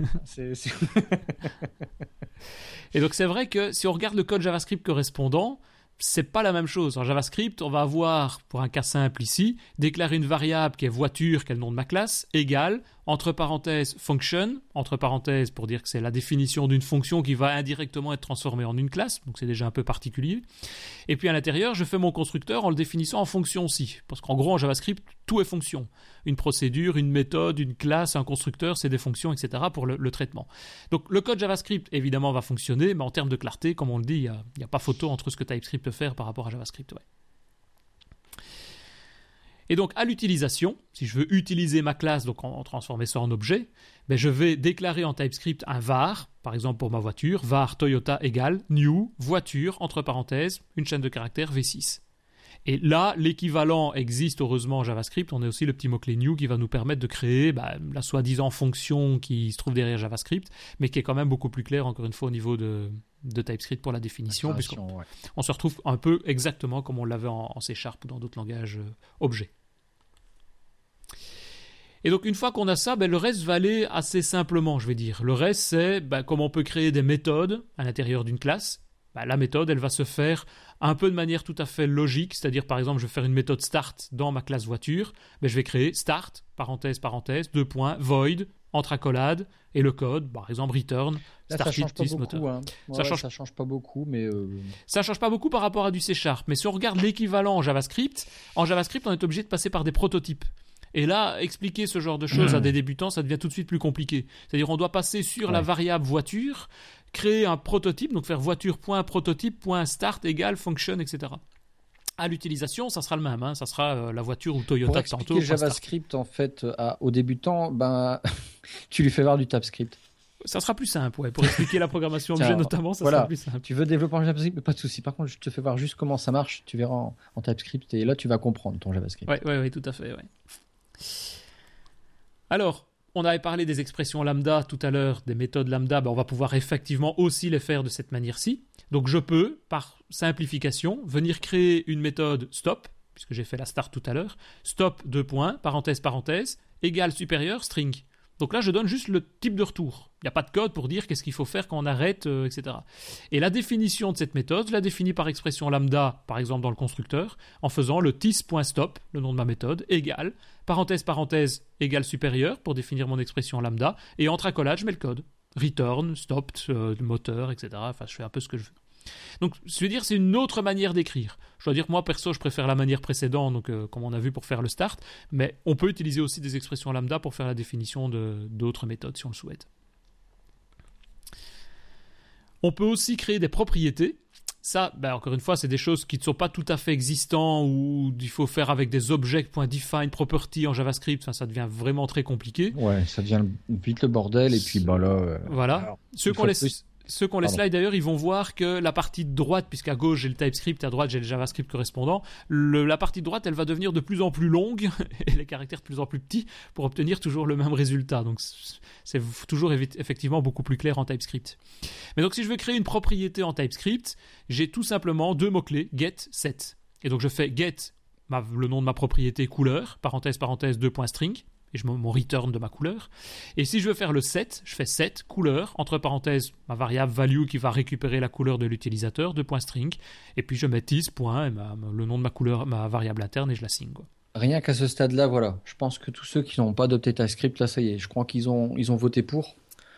Et donc c'est vrai que si on regarde le code JavaScript correspondant, c'est pas la même chose. En JavaScript, on va avoir, pour un cas simple ici, déclarer une variable qui est voiture, qui est le nom de ma classe, égale, entre parenthèses, function, entre parenthèses pour dire que c'est la définition d'une fonction qui va indirectement être transformée en une classe, donc c'est déjà un peu particulier. Et puis à l'intérieur, je fais mon constructeur en le définissant en fonction aussi, parce qu'en gros en JavaScript, tout est fonction. Une procédure, une méthode, une classe, un constructeur, c'est des fonctions, etc. pour le traitement. Donc le code JavaScript, évidemment, va fonctionner, mais en termes de clarté, comme on le dit, il n'y a pas photo entre ce que TypeScript peut faire par rapport à JavaScript. Ouais. Et donc, à l'utilisation, si je veux utiliser ma classe, donc en transformer ça en objet, je vais déclarer en TypeScript un var, par exemple pour ma voiture, var Toyota égale new voiture, entre parenthèses, une chaîne de caractères V6. Et là, l'équivalent existe heureusement en JavaScript. On a aussi le petit mot-clé new qui va nous permettre de créer la soi-disant fonction qui se trouve derrière JavaScript, mais qui est quand même beaucoup plus claire, encore une fois, au niveau de TypeScript pour la définition, puisqu'on se retrouve un peu exactement comme on l'avait en C# ou dans d'autres langages objets. Et donc une fois qu'on a ça, le reste va aller assez simplement, je vais dire. Le reste, c'est comment on peut créer des méthodes à l'intérieur d'une classe. La méthode, elle va se faire un peu de manière tout à fait logique, c'est-à-dire par exemple, je vais faire une méthode start dans ma classe voiture, je vais créer start, parenthèse, 2 points, void, entre accolades, et le code, par exemple return, startTis moteur. Hein. Ça change pas beaucoup, mais... Ça change pas beaucoup par rapport à du C#, mais si on regarde l'équivalent en JavaScript, on est obligé de passer par des prototypes. Et là, expliquer ce genre de choses à des débutants, ça devient tout de suite plus compliqué. C'est-à-dire on doit passer sur la variable voiture, créer un prototype, donc faire voiture.prototype.start égale function, etc. À l'utilisation, ça sera le même, hein, ça sera la voiture ou Toyota tantôt. Pour expliquer JavaScript, en fait, aux débutants, tu lui fais voir du TypeScript. Ça sera plus simple, pour expliquer la programmation objet notamment, ça sera plus simple. Tu veux développer en JavaScript, mais pas de souci. Par contre, je te fais voir juste comment ça marche, tu verras en TypeScript, et là, tu vas comprendre ton JavaScript. Oui, tout à fait, ouais. Alors, on avait parlé des expressions lambda tout à l'heure, des méthodes lambda, on va pouvoir effectivement aussi les faire de cette manière-ci. Donc je peux, par simplification, venir créer une méthode stop, puisque j'ai fait la start tout à l'heure, stop, 2 points, parenthèse, égale supérieur, string. Donc là, je donne juste le type de retour. Il n'y a pas de code pour dire qu'est-ce qu'il faut faire quand on arrête, etc. Et la définition de cette méthode, je la définis par expression lambda, par exemple dans le constructeur, en faisant le tis.stop, le nom de ma méthode, égale, parenthèse, égale supérieur, pour définir mon expression lambda, et entre accolades, je mets le code. Return, stopped, moteur, etc. Enfin, je fais un peu ce que je veux. Donc, je veux dire, c'est une autre manière d'écrire. Je dois dire que moi, perso, je préfère la manière précédente, donc comme on a vu pour faire le start, mais on peut utiliser aussi des expressions lambda pour faire la définition d'autres méthodes si on le souhaite. On peut aussi créer des propriétés. Ça, encore une fois, c'est des choses qui ne sont pas tout à fait existantes ou il faut faire avec des object.define property en JavaScript. Enfin, ça devient vraiment très compliqué. Ouais, ça devient vite le bordel et puis là... Voilà. Alors, ceux qui ont les slides d'ailleurs, ils vont voir que la partie de droite, puisqu'à gauche j'ai le TypeScript, à droite j'ai le JavaScript correspondant, la partie de droite elle va devenir de plus en plus longue et les caractères de plus en plus petits pour obtenir toujours le même résultat. Donc c'est toujours effectivement beaucoup plus clair en TypeScript. Mais donc si je veux créer une propriété en TypeScript, j'ai tout simplement 2 mots-clés, get, set. Et donc je fais get le nom de ma propriété couleur, parenthèse, parenthèse, 2.string, et je mon return de ma couleur. Et si je veux faire le set, je fais set couleur, entre parenthèses, ma variable value qui va récupérer la couleur de l'utilisateur, 2.string, et puis je mets this, point, et le nom de ma couleur, ma variable interne, et je la signe, quoi. Rien qu'à ce stade-là, voilà. Je pense que tous ceux qui n'ont pas adopté TypeScript, là, ça y est, je crois qu'ils ont voté pour.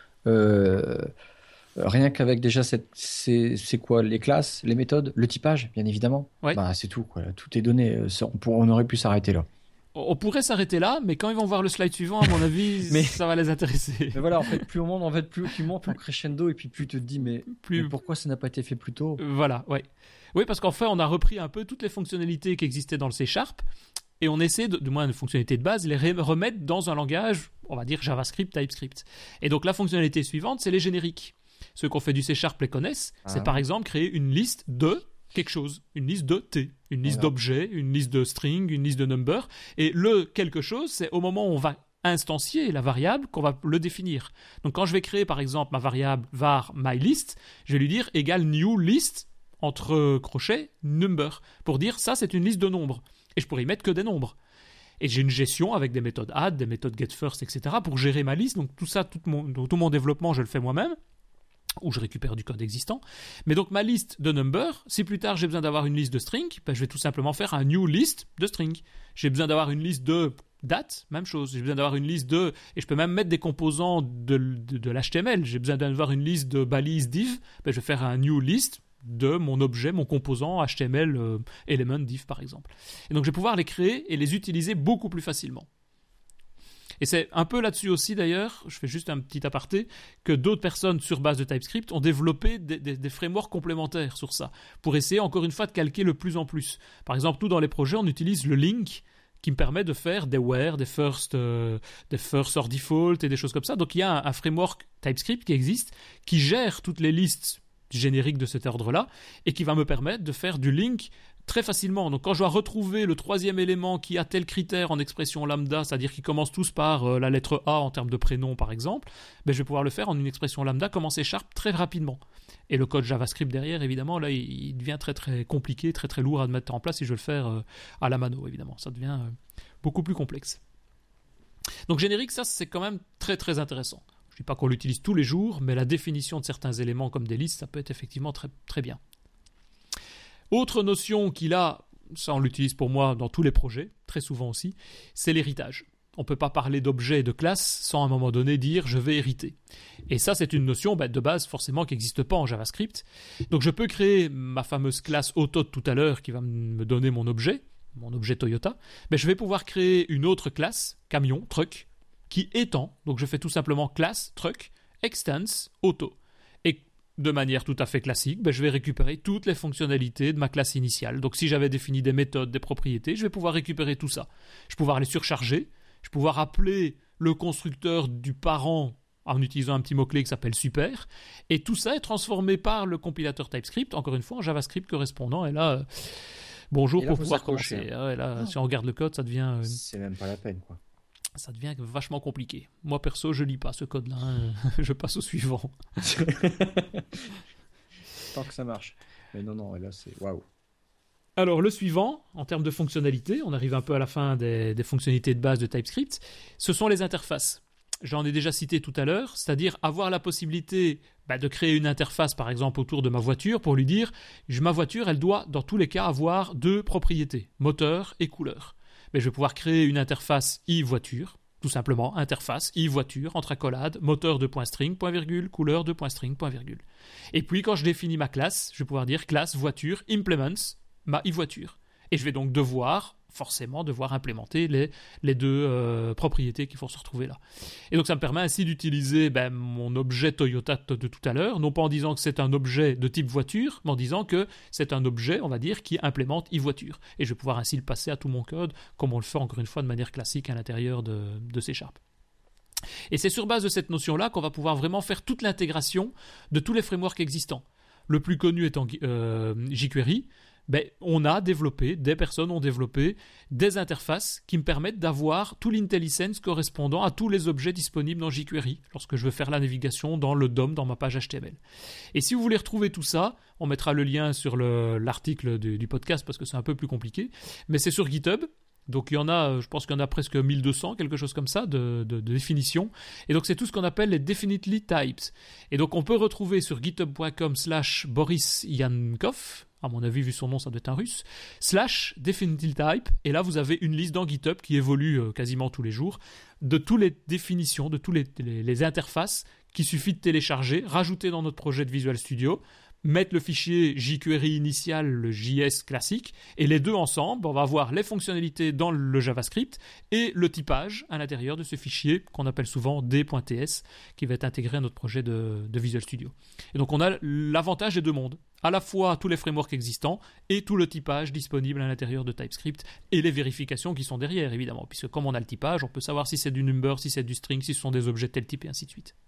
Rien qu'avec déjà c'est quoi les classes, les méthodes, le typage, bien évidemment. Ouais. Bah, c'est tout, quoi. Tout est donné. On aurait pu s'arrêter là. On pourrait s'arrêter là, mais quand ils vont voir le slide suivant, à mon avis, ça va les intéresser. Mais voilà, en fait, plus tu montes en crescendo et puis plus tu te dis, mais pourquoi ça n'a pas été fait plus tôt? Voilà, ouais. Oui, parce qu'en fait, on a repris un peu toutes les fonctionnalités qui existaient dans le C# et on essaie, du moins une fonctionnalité de base, les remettre dans un langage, on va dire JavaScript, TypeScript. Et donc la fonctionnalité suivante, c'est les génériques. Ceux qui ont fait du C# les connaissent. C'est par exemple créer une liste de quelque chose, une liste de T, une liste d'objets, une liste de string, une liste de number. Et le quelque chose, c'est au moment où on va instancier la variable qu'on va le définir. Donc quand je vais créer par exemple ma variable var mylist, je vais lui dire égale new list entre crochets number pour dire ça c'est une liste de nombres. Et je pourrais y mettre que des nombres. Et j'ai une gestion avec des méthodes add, des méthodes getFirst, etc. pour gérer ma liste. Donc tout ça, tout mon développement, je le fais moi-même. Ou je récupère du code existant. Mais donc ma liste de number, si plus tard j'ai besoin d'avoir une liste de string, ben je vais tout simplement faire un new list de string. J'ai besoin d'avoir une liste de date, même chose. J'ai besoin d'avoir une liste de... Et je peux même mettre des composants de l'HTML. J'ai besoin d'avoir une liste de balises div, ben je vais faire un new list de mon objet, mon composant HTML element div par exemple. Et donc je vais pouvoir les créer et les utiliser beaucoup plus facilement. Et c'est un peu là-dessus aussi d'ailleurs, je fais juste un petit aparté, que d'autres personnes sur base de TypeScript ont développé des frameworks complémentaires sur ça, pour essayer encore une fois de calquer le plus en plus. Par exemple, nous dans les projets, on utilise le link qui me permet de faire des where, des first or default et des choses comme ça. Donc il y a un framework TypeScript qui existe, qui gère toutes les listes génériques de cet ordre-là, et qui va me permettre de faire du link très facilement. Donc quand je dois retrouver le troisième élément qui a tel critère en expression lambda, c'est-à-dire qui commence tous par la lettre A en termes de prénom par exemple, ben je vais pouvoir le faire en une expression lambda comme en C# très rapidement. Et le code JavaScript derrière, évidemment, là il devient très très compliqué, très très lourd à mettre en place si je veux le faire à la mano, évidemment. Ça devient beaucoup plus complexe. Donc générique, ça c'est quand même très très intéressant. Je ne dis pas qu'on l'utilise tous les jours, mais la définition de certains éléments comme des listes, ça peut être effectivement très très bien. Autre notion qu'il a, ça on l'utilise pour moi dans tous les projets, très souvent aussi, c'est l'héritage. On ne peut pas parler d'objet et de classe sans à un moment donné dire je vais hériter. Et ça c'est une notion de base forcément qui n'existe pas en JavaScript. Donc je peux créer ma fameuse classe auto de tout à l'heure qui va me donner mon objet Toyota, mais je vais pouvoir créer une autre classe, camion, truck, qui étend, donc je fais tout simplement classe, truck, extends, auto. Et de manière tout à fait classique, je vais récupérer toutes les fonctionnalités de ma classe initiale. Donc si j'avais défini des méthodes, des propriétés, je vais pouvoir récupérer tout ça. Je vais pouvoir les surcharger, je vais pouvoir appeler le constructeur du parent en utilisant un petit mot-clé qui s'appelle super, et tout ça est transformé par le compilateur TypeScript, encore une fois en JavaScript correspondant, et là, bonjour et là, pour pouvoir commencer. Et là, si on regarde le code, ça devient... c'est même pas la peine, quoi. Ça devient vachement compliqué. Moi, perso, je lis pas ce code-là. Je passe au suivant. Tant que ça marche. Mais non, là, c'est waouh. Alors, le suivant, en termes de fonctionnalités, on arrive un peu à la fin des fonctionnalités de base de TypeScript, ce sont les interfaces. J'en ai déjà cité tout à l'heure, c'est-à-dire avoir la possibilité de créer une interface, par exemple, autour de ma voiture pour lui dire ma voiture, elle doit, dans tous les cas, avoir deux propriétés, moteur et couleur. Mais je vais pouvoir créer une interface i-voiture, tout simplement, interface i-voiture, entre accolades, moteur .string, point virgule, couleur .string, point virgule. Et puis, quand je définis ma classe, je vais pouvoir dire classe voiture implements ma i-voiture. Et je vais donc forcément devoir implémenter les deux propriétés qui vont se retrouver là. Et donc ça me permet ainsi d'utiliser mon objet Toyota de tout à l'heure, non pas en disant que c'est un objet de type voiture, mais en disant que c'est un objet, on va dire, qui implémente e-voiture. Et je vais pouvoir ainsi le passer à tout mon code, comme on le fait encore une fois de manière classique à l'intérieur de C#. Et c'est sur base de cette notion-là qu'on va pouvoir vraiment faire toute l'intégration de tous les frameworks existants. Le plus connu étant jQuery, des personnes ont développé des interfaces qui me permettent d'avoir tout l'IntelliSense correspondant à tous les objets disponibles dans jQuery lorsque je veux faire la navigation dans le DOM, dans ma page HTML. Et si vous voulez retrouver tout ça, on mettra le lien sur l'article du podcast parce que c'est un peu plus compliqué, mais c'est sur GitHub. Donc il y en a, je pense qu'il y en a presque 1200, quelque chose comme ça, de définitions. Et donc c'est tout ce qu'on appelle les definitely types. Et donc on peut retrouver sur github.com/Boris Yankov, à mon avis vu son nom ça doit être un russe, /definitely type. Et là vous avez une liste dans GitHub qui évolue quasiment tous les jours, de toutes les définitions, de toutes les interfaces qu'il suffit de télécharger, rajouter dans notre projet de Visual Studio, mettre le fichier jQuery initial, le JS classique, et les deux ensemble, on va avoir les fonctionnalités dans le JavaScript et le typage à l'intérieur de ce fichier qu'on appelle souvent d.ts, qui va être intégré à notre projet de Visual Studio. Et donc on a l'avantage des deux mondes, à la fois tous les frameworks existants et tout le typage disponible à l'intérieur de TypeScript et les vérifications qui sont derrière évidemment, puisque comme on a le typage, on peut savoir si c'est du number, si c'est du string, si ce sont des objets de tel type et ainsi de suite.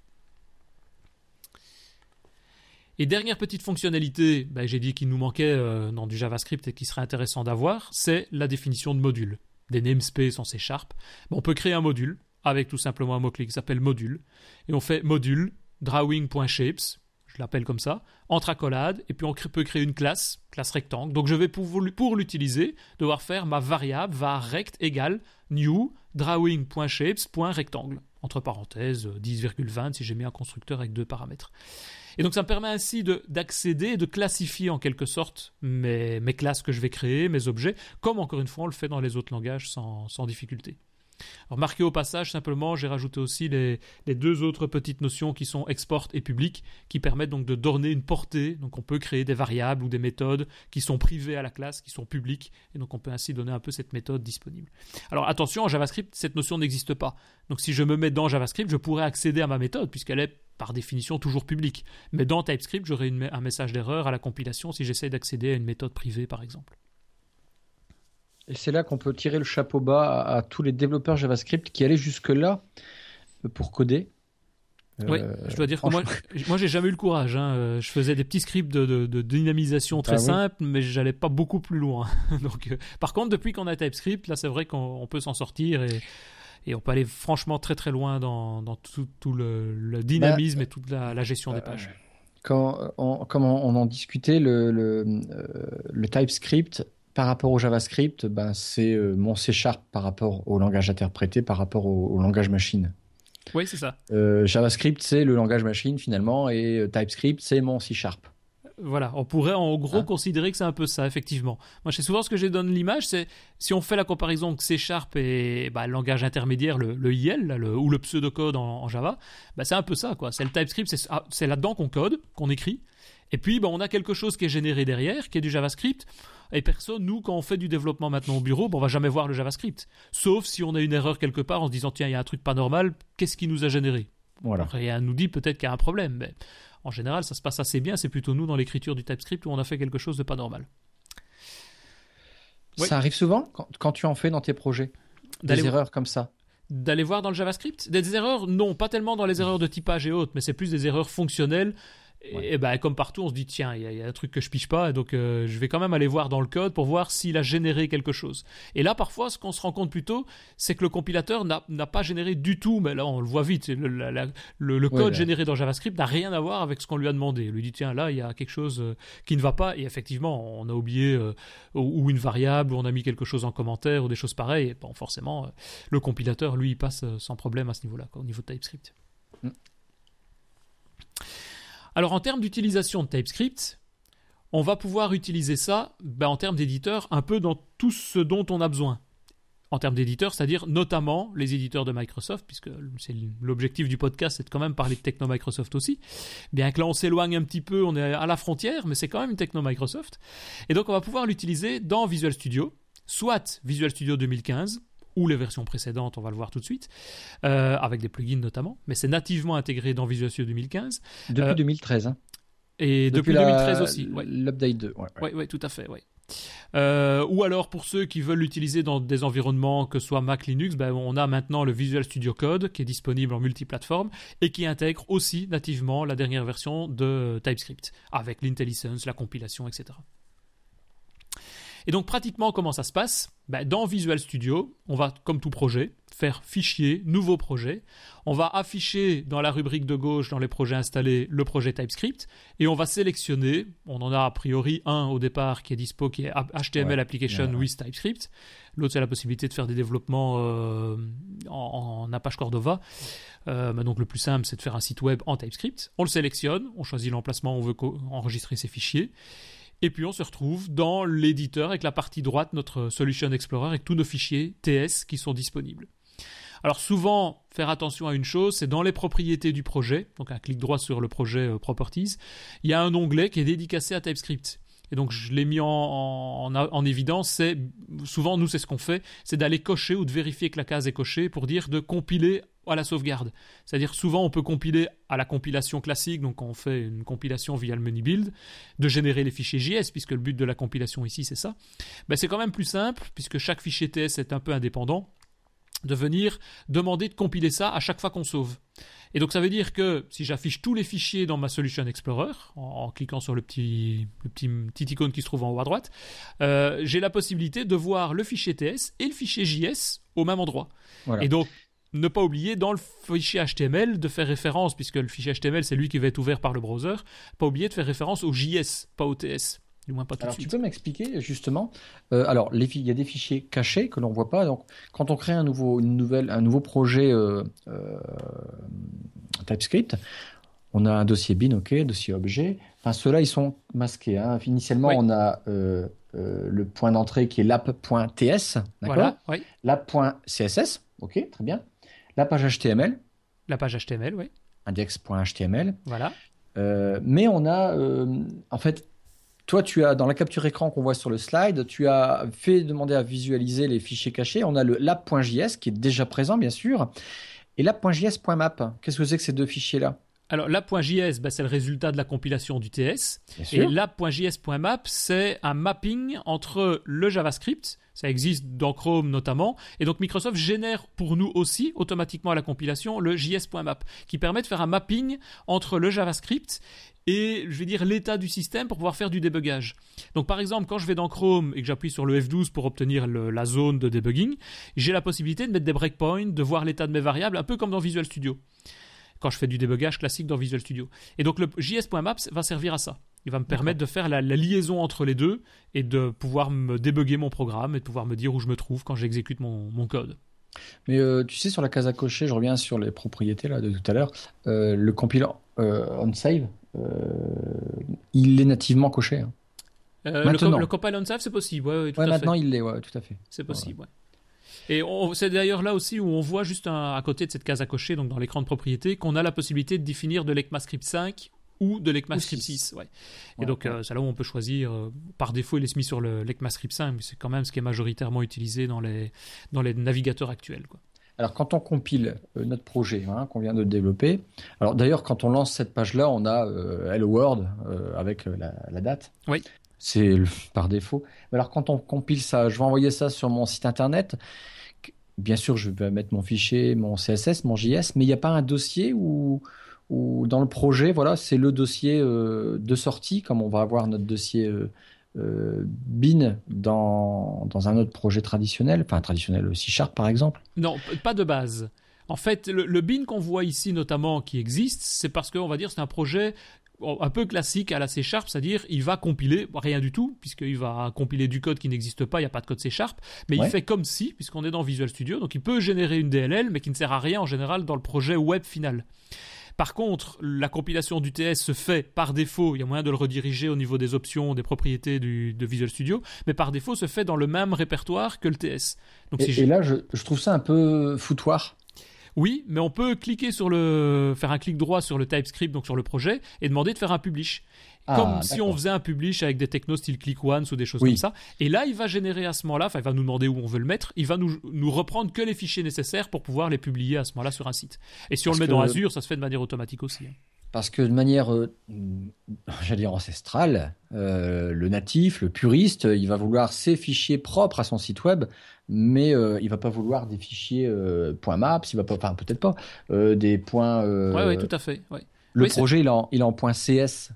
Et dernière petite fonctionnalité, j'ai dit qu'il nous manquait dans du JavaScript et qui serait intéressant d'avoir, c'est la définition de modules. Des namespaces en C#. On peut créer un module avec tout simplement un mot-clé qui s'appelle module. Et on fait module, drawing.shapes, je l'appelle comme ça, entre accolades, et puis on peut créer une classe rectangle. Donc je vais pour l'utiliser, devoir faire ma variable var rect égale new drawing.shapes.rectangle. Entre parenthèses, 10,20 si j'ai mis un constructeur avec deux paramètres. Et donc ça me permet ainsi d'accéder et de classifier en quelque sorte mes classes que je vais créer, mes objets, comme encore une fois on le fait dans les autres langages sans difficulté. Alors marqué au passage, simplement, j'ai rajouté aussi les deux autres petites notions qui sont export et public, qui permettent donc de donner une portée. Donc on peut créer des variables ou des méthodes qui sont privées à la classe, qui sont publiques, et donc on peut ainsi donner un peu cette méthode disponible. Alors attention, en JavaScript, cette notion n'existe pas. Donc si je me mets dans JavaScript, je pourrais accéder à ma méthode, puisqu'elle est par définition toujours publique. Mais dans TypeScript, j'aurai un message d'erreur à la compilation si j'essaie d'accéder à une méthode privée, par exemple. Et c'est là qu'on peut tirer le chapeau bas à tous les développeurs JavaScript qui allaient jusque-là pour coder. Oui, je dois dire que moi j'ai jamais eu le courage. Je faisais des petits scripts de dynamisation très simples, mais j'allais pas beaucoup plus loin. Donc, par contre, depuis qu'on a TypeScript, là c'est vrai qu'on peut s'en sortir et on peut aller franchement très très loin dans tout le dynamisme et toute la gestion des pages. Comme on en discutait, le TypeScript par rapport au JavaScript, c'est mon C# par rapport au langage interprété, par rapport au langage machine. Oui, c'est ça. JavaScript, c'est le langage machine finalement, et TypeScript, c'est mon C#. Voilà, on pourrait en gros considérer que c'est un peu ça, effectivement. Moi, je sais souvent ce que je donne l'image, c'est si on fait la comparaison que C# et le langage intermédiaire, le IL, ou le pseudocode en Java, c'est un peu ça, quoi. C'est le TypeScript, c'est là-dedans qu'on code, qu'on écrit. Et puis, on a quelque chose qui est généré derrière, qui est du JavaScript. Et nous, quand on fait du développement maintenant au bureau, on va jamais voir le JavaScript. Sauf si on a une erreur quelque part en se disant, tiens, il y a un truc pas normal, qu'est-ce qui nous a généré ? Voilà. Rien nous dit peut-être qu'il y a un problème, mais en général, ça se passe assez bien. C'est plutôt nous, dans l'écriture du TypeScript, où on a fait quelque chose de pas normal. Ça arrive souvent quand tu en fais dans tes projets, des erreurs comme ça. D'aller voir dans le JavaScript ? Des erreurs, non, pas tellement dans les erreurs de typage et autres, mais c'est plus des erreurs fonctionnelles. Et comme partout, on se dit tiens, il y a un truc que je pige pas, et donc je vais quand même aller voir dans le code pour voir s'il a généré quelque chose. Et là, parfois, ce qu'on se rend compte plutôt, c'est que le compilateur n'a pas généré du tout, mais là, on le voit vite. Le code généré dans JavaScript n'a rien à voir avec ce qu'on lui a demandé. Il lui dit tiens, là, il y a quelque chose qui ne va pas, et effectivement, on a oublié ou une variable, ou on a mis quelque chose en commentaire, ou des choses pareilles. Et bon, forcément, le compilateur, lui, il passe sans problème à ce niveau-là, au niveau de TypeScript. Alors en termes d'utilisation de TypeScript, on va pouvoir utiliser ça en termes d'éditeur un peu dans tout ce dont on a besoin. En termes d'éditeur, c'est-à-dire notamment les éditeurs de Microsoft, puisque c'est l'objectif du podcast, c'est de quand même parler de techno Microsoft aussi. Bien que là on s'éloigne un petit peu, on est à la frontière, mais c'est quand même une techno Microsoft. Et donc on va pouvoir l'utiliser dans Visual Studio, soit Visual Studio 2015, ou les versions précédentes, on va le voir tout de suite, avec des plugins notamment, mais c'est nativement intégré dans Visual Studio 2015. Depuis 2013. Hein. Et depuis 2013 aussi. L'update 2. Oui, tout à fait. Ouais. Ou alors pour ceux qui veulent l'utiliser dans des environnements que ce soit Mac, Linux, on a maintenant le Visual Studio Code qui est disponible en multiplateforme et qui intègre aussi nativement la dernière version de TypeScript, avec l'IntelliSense, la compilation, etc. Et donc pratiquement comment ça se passe? Dans Visual Studio, on va, comme tout projet, faire fichier, nouveau projet. On va afficher dans la rubrique de gauche, dans les projets installés, le projet TypeScript. Et on va sélectionner, on en a a priori un au départ qui est dispo, qui est HTML Application with TypeScript. L'autre, c'est la possibilité de faire des développements en Apache Cordova. Donc le plus simple, c'est de faire un site web en TypeScript. On le sélectionne, on choisit l'emplacement où on veut enregistrer ses fichiers. Et puis on se retrouve dans l'éditeur avec la partie droite, notre Solution Explorer, avec tous nos fichiers TS qui sont disponibles. Alors souvent, faire attention à une chose, c'est dans les propriétés du projet, donc un clic droit sur le projet Properties, il y a un onglet qui est dédicacé à TypeScript. Et donc je l'ai mis en évidence, c'est souvent nous c'est ce qu'on fait, c'est d'aller cocher ou de vérifier que la case est cochée pour dire de compiler à la sauvegarde. C'est-à-dire souvent on peut compiler à la compilation classique, donc on fait une compilation via le menu build, de générer les fichiers JS, puisque le but de la compilation ici c'est ça. C'est quand même plus simple, puisque chaque fichier TS est un peu indépendant, de venir demander de compiler ça à chaque fois qu'on sauve. Et donc ça veut dire que si j'affiche tous les fichiers dans ma Solution Explorer, en cliquant sur le petit icône qui se trouve en haut à droite, j'ai la possibilité de voir le fichier TS et le fichier JS au même endroit. Voilà. Et donc, ne pas oublier dans le fichier HTML de faire référence, puisque le fichier HTML c'est lui qui va être ouvert par le browser, pas oublier de faire référence au JS, pas au TS. Du moins pas tout de suite. Tu peux m'expliquer justement, alors il y a des fichiers cachés que l'on voit pas, donc quand on crée un nouveau projet TypeScript, on a un dossier bin, dossier objet, enfin ceux-là ils sont masqués, hein. Initialement on a le point d'entrée qui est l'app.ts, d'accord, voilà, oui. L'app.css, ok, très bien, la page HTML, oui, index.html, voilà, mais on a en fait, toi, tu as dans la capture écran qu'on voit sur le slide, tu as fait demander à visualiser les fichiers cachés. On a le lab.js qui est déjà présent, bien sûr, et lab.js.map. Qu'est-ce que c'est que ces deux fichiers-là? Alors, lab.js, c'est le résultat de la compilation du TS. Et lab.js.map, c'est un mapping entre le JavaScript, ça existe dans Chrome notamment, et donc Microsoft génère pour nous aussi, automatiquement à la compilation, le js.map, qui permet de faire un mapping entre le JavaScript et, je vais dire, l'état du système pour pouvoir faire du débugage. Donc, par exemple, quand je vais dans Chrome et que j'appuie sur le F12 pour obtenir la zone de debugging, j'ai la possibilité de mettre des breakpoints, de voir l'état de mes variables, un peu comme dans Visual Studio, quand je fais du débugage classique dans Visual Studio. Et donc, le js.maps va servir à ça. Il va me permettre de faire la liaison entre les deux et de pouvoir me débugger mon programme et de pouvoir me dire où je me trouve quand j'exécute mon code. Mais tu sais, sur la case à cocher, je reviens sur les propriétés là, de tout à l'heure, le compiler onSave, il est nativement coché. Hein. Le compile onSave, c'est possible. Ouais, tout à maintenant fait. Il l'est, tout à fait. C'est possible, ouais. Et c'est d'ailleurs là aussi où on voit juste à côté de cette case à cocher, donc dans l'écran de propriété, qu'on a la possibilité de définir de l'ECMAScript 5 ou de l'ECMAScript 6. Ouais. Et donc, c'est là où on peut choisir. Par défaut, il est mis sur l'ECMAScript 5, mais c'est quand même ce qui est majoritairement utilisé dans les navigateurs actuels, quoi. Alors, quand on compile notre projet qu'on vient de développer, alors d'ailleurs, quand on lance cette page-là, on a Hello World avec la date. Oui. C'est par défaut. Mais alors, quand on compile ça, je vais envoyer ça sur mon site internet. Bien sûr, je vais mettre mon fichier, mon CSS, mon JS, mais il n'y a pas un dossier où dans le projet, voilà, c'est le dossier de sortie, comme on va avoir notre dossier bin dans un autre projet traditionnel, enfin traditionnel C# par exemple. Non, pas de base. En fait, le bin qu'on voit ici notamment qui existe, c'est parce qu'on va dire c'est un projet un peu classique à la C#, c'est-à-dire il va compiler rien du tout, puisqu'il va compiler du code qui n'existe pas, il n'y a pas de code C#, mais il fait comme si, puisqu'on est dans Visual Studio, donc il peut générer une DLL, mais qui ne sert à rien en général dans le projet web final. Par contre, la compilation du TS se fait par défaut, il y a moyen de le rediriger au niveau des options, des propriétés de Visual Studio, mais par défaut se fait dans le même répertoire que le TS. Donc, et là, je trouve ça un peu foutoir. Oui, mais on peut cliquer faire un clic droit sur le TypeScript, donc sur le projet, et demander de faire un publish. Comme si on faisait un publish avec des technos style click once ou des choses comme ça. Et là, il va générer à ce moment-là, il va nous demander où on veut le mettre, il va nous reprendre que les fichiers nécessaires pour pouvoir les publier à ce moment-là sur un site. Et si on le met dans Azure, ça se fait de manière automatique aussi. Parce que de manière, j'allais dire ancestrale, le natif, le puriste, il va vouloir ses fichiers propres à son site web, mais il va pas vouloir des fichiers .maps, il va pas, enfin peut-être pas, des points. Oui, tout à fait. Ouais. Le projet, il est en .cs.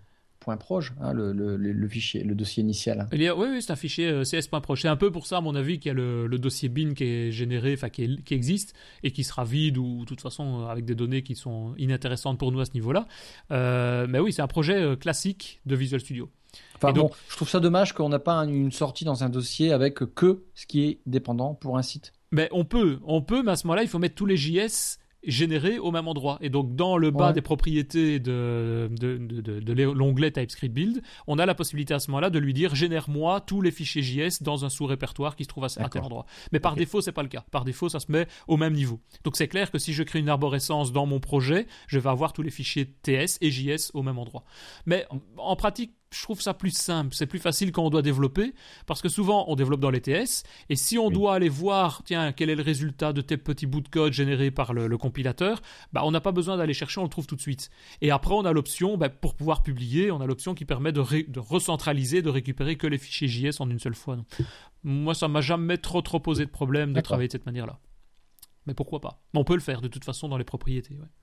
.proj, hein, le fichier, le dossier initial. Oui, c'est un fichier cs.proj. C'est un peu pour ça, à mon avis, qu'il y a le dossier bin qui est généré, enfin qui existe et qui sera vide ou de toute façon avec des données qui sont inintéressantes pour nous à ce niveau-là. Mais oui, c'est un projet classique de Visual Studio. Enfin donc, je trouve ça dommage qu'on n'a pas une sortie dans un dossier avec que ce qui est dépendant pour un site. Mais on peut, mais à ce moment-là, il faut mettre tous les JS générés au même endroit. Et donc, dans le bas des propriétés de l'onglet TypeScript Build, on a la possibilité à ce moment-là de lui dire génère-moi tous les fichiers JS dans un sous-répertoire qui se trouve à tel endroit. Mais par défaut, c'est pas le cas. Par défaut, ça se met au même niveau. Donc, c'est clair que si je crée une arborescence dans mon projet, je vais avoir tous les fichiers TS et JS au même endroit. Mais en pratique, je trouve ça plus simple, c'est plus facile quand on doit développer, parce que souvent on développe dans les TS, et si on doit aller voir, tiens, quel est le résultat de tel petit bout de code généré par le compilateur, on n'a pas besoin d'aller chercher, on le trouve tout de suite. Et après on a l'option, pour pouvoir publier, on a l'option qui permet de recentraliser, de récupérer que les fichiers JS en une seule fois. Donc, moi ça m'a jamais trop posé de problème de travailler de cette manière-là. Mais pourquoi pas ? On peut le faire de toute façon dans les propriétés, ouais.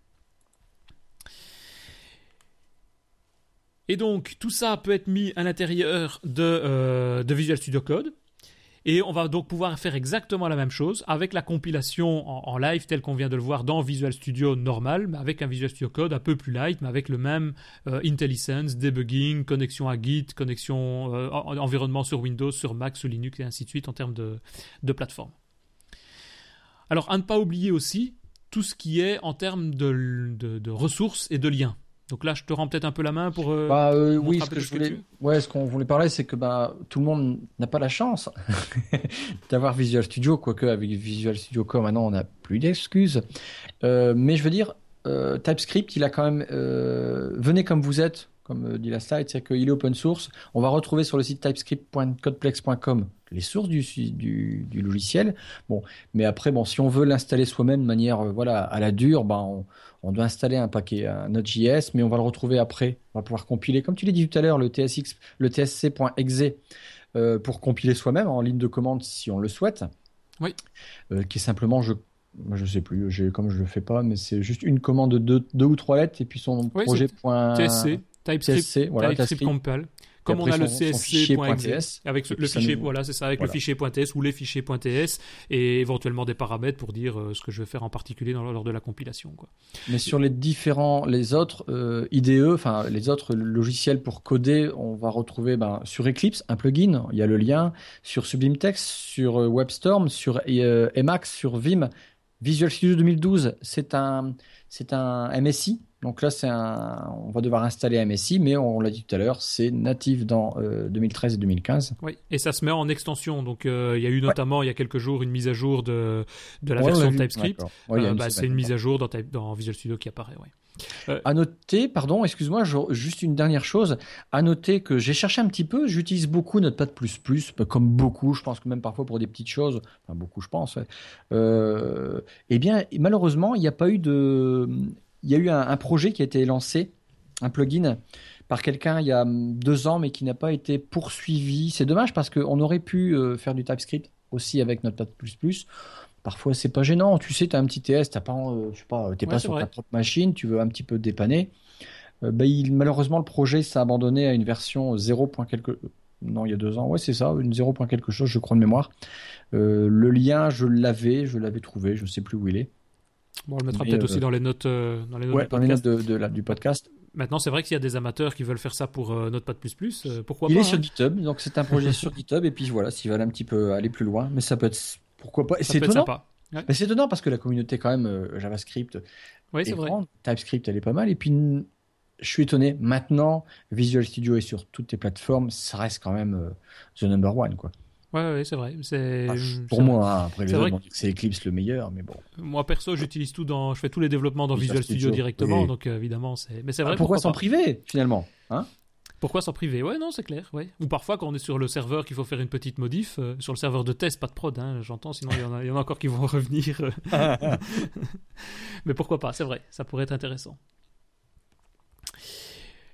Et donc, tout ça peut être mis à l'intérieur de Visual Studio Code. Et on va donc pouvoir faire exactement la même chose avec la compilation en live, tel qu'on vient de le voir dans Visual Studio normal, mais avec un Visual Studio Code un peu plus light, mais avec le même IntelliSense, debugging, connexion à Git, connexion environnement sur Windows, sur Mac, sur Linux, et ainsi de suite en termes de plateforme. Alors, à ne pas oublier aussi tout ce qui est en termes de ressources et de liens. Donc là, je te rends peut-être un peu la main pour. Oui, ce qu'on voulait parler, c'est que tout le monde n'a pas la chance d'avoir Visual Studio, quoique avec Visual Studio Code, maintenant, on n'a plus d'excuses. Mais je veux dire, TypeScript, il a quand même. Venez comme vous êtes, comme dit la slide, c'est qu'il est open source. On va retrouver sur le site typescript.codeplex.com les sources du logiciel. Bon, mais après, si on veut l'installer soi-même de manière à la dure, on doit installer un paquet, un Node.js, mais on va le retrouver après. On va pouvoir compiler, comme tu l'as dit tout à l'heure, le tsc.exe pour compiler soi-même en ligne de commande si on le souhaite. Oui. Qui est simplement, je sais plus, comme je le fais pas, mais c'est juste une commande de deux ou trois lettres et puis son projet. TSC, TypeScript compile. Comme on a le csc.exe avec le fichier, le fichier .ts ou les fichiers .ts et éventuellement des paramètres pour dire ce que je vais faire en particulier lors de la compilation, quoi. Mais sur les autres IDE, enfin les autres logiciels pour coder, on va retrouver sur Eclipse un plugin, il y a le lien, sur Sublime Text, sur WebStorm, sur Emacs, sur Vim. Visual Studio 2012, c'est un MSI. Donc là, on va devoir installer un MSI, mais on l'a dit tout à l'heure, c'est natif dans 2013 et 2015. Oui, et ça se met en extension. Donc il y a eu notamment il y a quelques jours une mise à jour de la version de TypeScript. C'est une mise à jour dans Visual Studio qui apparaît. Ouais. À noter, pardon, excuse-moi, juste une dernière chose. À noter que j'ai cherché un petit peu, j'utilise beaucoup Notepad++, comme beaucoup, je pense que même parfois pour des petites choses, enfin beaucoup je pense. Ouais. Eh bien, malheureusement, il n'y a pas eu il y a eu un projet qui a été lancé, un plugin, par quelqu'un il y a 2 ans, mais qui n'a pas été poursuivi. C'est dommage parce qu'on aurait pu faire du TypeScript aussi avec Notepad++. Parfois, c'est pas gênant. Tu sais, tu as un petit TS, t'es pas sur ta propre machine, tu veux un petit peu dépanner. Malheureusement, le projet s'est abandonné à une version 0. Non, il y a 2 ans. Ouais, c'est ça, une 0. quelque chose, je crois de mémoire. Le lien, je l'avais trouvé, je sais plus où il est. Bon, on le mettra peut-être aussi dans les notes, dans les notes du podcast. Maintenant, c'est vrai qu'il y a des amateurs qui veulent faire ça pour Notepad++. Pourquoi pas. Il est sur GitHub, donc c'est un projet sur GitHub. Et puis voilà, s'ils veulent un petit peu aller plus loin, mais ça peut être pourquoi pas. Et c'est étonnant. Ouais. Mais c'est étonnant parce que la communauté quand même JavaScript est grande. TypeScript, elle est pas mal. Et puis je suis étonné. Maintenant, Visual Studio est sur toutes les plateformes. Ça reste quand même the number one, quoi. Ouais, c'est vrai. Pour moi, après les autres, c'est Eclipse le meilleur, mais bon. Moi perso, je fais tous les développements dans Visual Studio directement, donc évidemment Mais c'est vrai. Pourquoi s'en priver finalement, hein? Pourquoi s'en priver? Ouais, non, c'est clair. Ouais. Ou parfois, quand on est sur le serveur, qu'il faut faire une petite modif, sur le serveur de test, pas de prod, hein, j'entends, sinon il y en a encore qui vont revenir. Mais pourquoi pas, c'est vrai, ça pourrait être intéressant.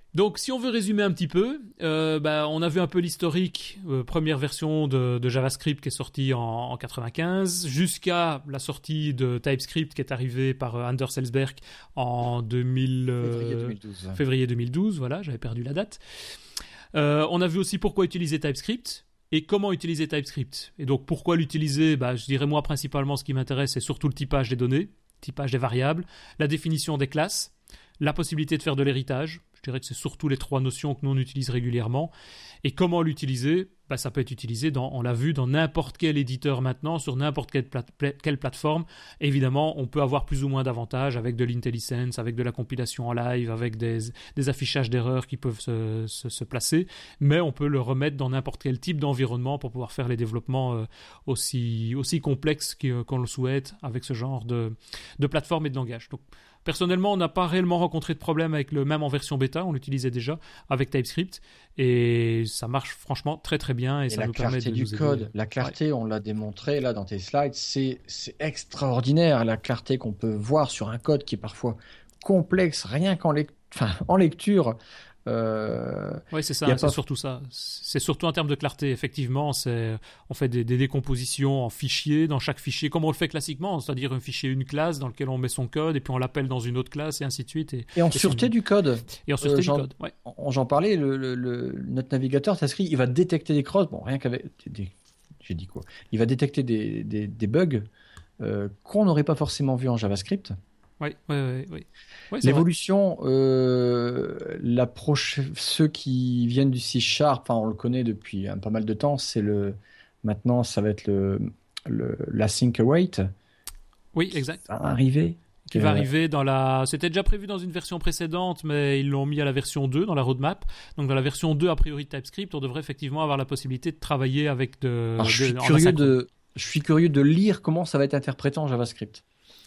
Donc, si on veut résumer un petit peu, on a vu un peu l'historique, première version de JavaScript qui est sortie en 95, jusqu'à la sortie de TypeScript qui est arrivée par Anders Ellsberg en février 2012. Voilà, j'avais perdu la date. On a vu aussi pourquoi utiliser TypeScript et comment utiliser TypeScript. Et donc, pourquoi l'utiliser ? Je dirais moi principalement ce qui m'intéresse, c'est surtout le typage des données, typage des variables, la définition des classes, la possibilité de faire de l'héritage. Je dirais que c'est surtout les 3 notions que nous on utilise régulièrement. Et comment l'utiliser ? Ça peut être utilisé, on l'a vu, dans n'importe quel éditeur maintenant, sur n'importe quelle plateforme. Évidemment, on peut avoir plus ou moins d'avantages avec de l'IntelliSense, avec de la compilation en live, avec des affichages d'erreurs qui peuvent se placer. Mais on peut le remettre dans n'importe quel type d'environnement pour pouvoir faire les développements aussi complexes qu'on le souhaite avec ce genre de plateforme et de langage. Donc, personnellement, on n'a pas réellement rencontré de problème avec même en version bêta, on l'utilisait déjà avec TypeScript et ça marche franchement très très bien et ça nous permet de nous aider. La clarté, on l'a démontré là dans tes slides, c'est extraordinaire la clarté qu'on peut voir sur un code qui est parfois complexe rien en lecture. Oui, c'est ça, c'est surtout ça. C'est surtout en termes de clarté, effectivement. On fait des décompositions en fichiers, dans chaque fichier, comme on le fait classiquement, c'est-à-dire un fichier, une classe dans lequel on met son code, et puis on l'appelle dans une autre classe, et ainsi de suite. Et en sûreté du code. Et en sûreté du code, ouais. J'en parlais, notre navigateur, il va détecter des crosses, rien qu'avec... J'ai dit quoi ? Il va détecter des bugs qu'on n'aurait pas forcément vu en JavaScript. Oui. L'évolution, ceux qui viennent du C#, on le connaît depuis pas mal de temps, maintenant ça va être l'async await. Oui, exact. Ça va arriver. Qui va arriver c'était déjà prévu dans une version précédente, mais ils l'ont mis à la version 2 dans la roadmap. Donc dans la version 2 a priori de TypeScript, on devrait effectivement avoir la possibilité de travailler avec je suis curieux de lire comment ça va être interprété en JavaScript.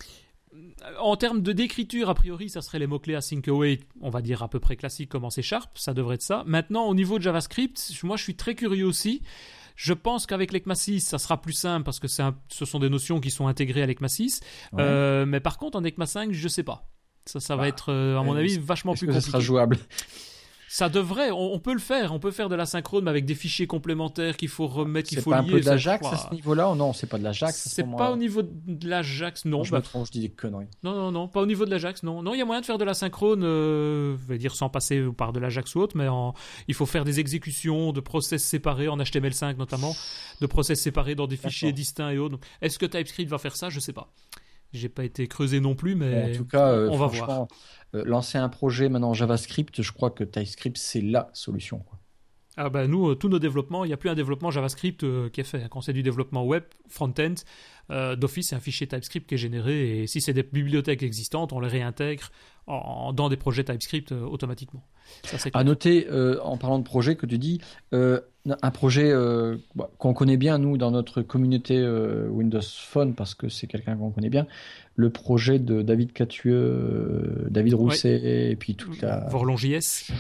En termes d'écriture, a priori, ça serait les mots-clés async await, on va dire à peu près classique comme en C#, ça devrait être ça. Maintenant, au niveau de JavaScript, moi je suis très curieux aussi. Je pense qu'avec l'ECMA 6, ça sera plus simple parce que ce sont des notions qui sont intégrées à l'ECMA 6. Ouais. Mais par contre, en ECMA 5, je sais pas. Ça va être, à mon avis, vachement plus compliqué. Ça sera jouable. Ça devrait, on peut le faire. On peut faire de l'asynchrone, mais avec des fichiers complémentaires qu'il faut remettre, qu'il faut lier. C'est pas un peu de l'Ajax à ce niveau-là ? Non, c'est pas de l'Ajax. C'est pas au niveau de l'Ajax, non. Je me trompe, je dis des conneries. Non, pas au niveau de l'Ajax, non. Non, il y a moyen de faire de l'asynchrone, je vais dire sans passer par de l'Ajax ou autre, mais il faut faire des exécutions de process séparés, en HTML5 notamment, de process séparés dans des fichiers distincts et autres. Donc, est-ce que TypeScript va faire ça ? Je sais pas. J'ai pas été creusé non plus, mais en tout cas, on va voir. Lancer un projet maintenant en JavaScript, je crois que TypeScript, c'est la solution, quoi. Nous, tous nos développements, il n'y a plus un développement JavaScript qui est fait. Quand c'est du développement web, front-end, d'office, c'est un fichier TypeScript qui est généré. Et si c'est des bibliothèques existantes, on les réintègre dans des projets TypeScript automatiquement. Ça, c'est clair. À noter, en parlant de projet que tu dis, un projet qu'on connaît bien, nous, dans notre communauté Windows Phone, parce que c'est quelqu'un qu'on connaît bien, le projet de David Catueux, David Rousset, et puis toute la... Vorlon.js.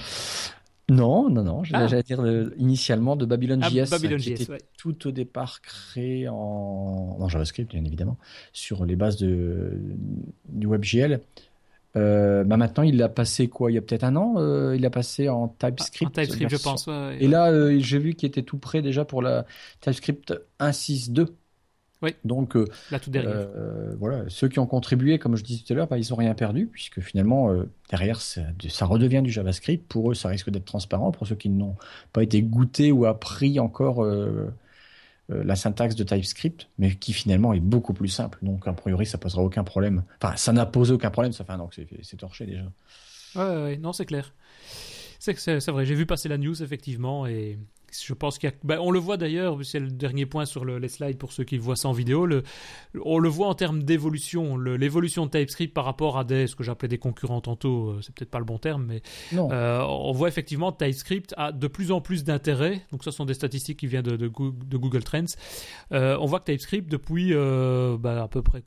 Non, j'allais dire initialement de Babylon.js, qui était tout au départ créé en JavaScript, bien évidemment, sur les bases du WebGL. Maintenant, il l'a passé quoi ? Il y a peut-être un an, il l'a passé en TypeScript. En TypeScript, je pense. Et là, j'ai vu qu'il était tout prêt déjà pour la TypeScript 1.6.2. Oui. Donc, là, tout derrière. voilà, ceux qui ont contribué, comme je disais tout à l'heure, ils n'ont rien perdu, puisque finalement, derrière, ça redevient du JavaScript. Pour eux, ça risque d'être transparent. Pour ceux qui n'ont pas été goûtés ou appris encore la syntaxe de TypeScript, mais qui finalement est beaucoup plus simple. Donc, a priori, ça posera aucun problème. Enfin, ça n'a posé aucun problème. Ça fait un an que c'est torché déjà. Ouais, non, c'est clair. C'est vrai, j'ai vu passer la news, effectivement, et je pense qu'il y a... on le voit d'ailleurs, c'est le dernier point sur les slides pour ceux qui voient ça en vidéo, on le voit en termes d'évolution, l'évolution de TypeScript par rapport à ce que j'appelais des concurrents tantôt, c'est peut-être pas le bon terme, mais on voit effectivement TypeScript a de plus en plus d'intérêt, donc ça sont des statistiques qui viennent de Google Trends. On voit que TypeScript depuis à peu près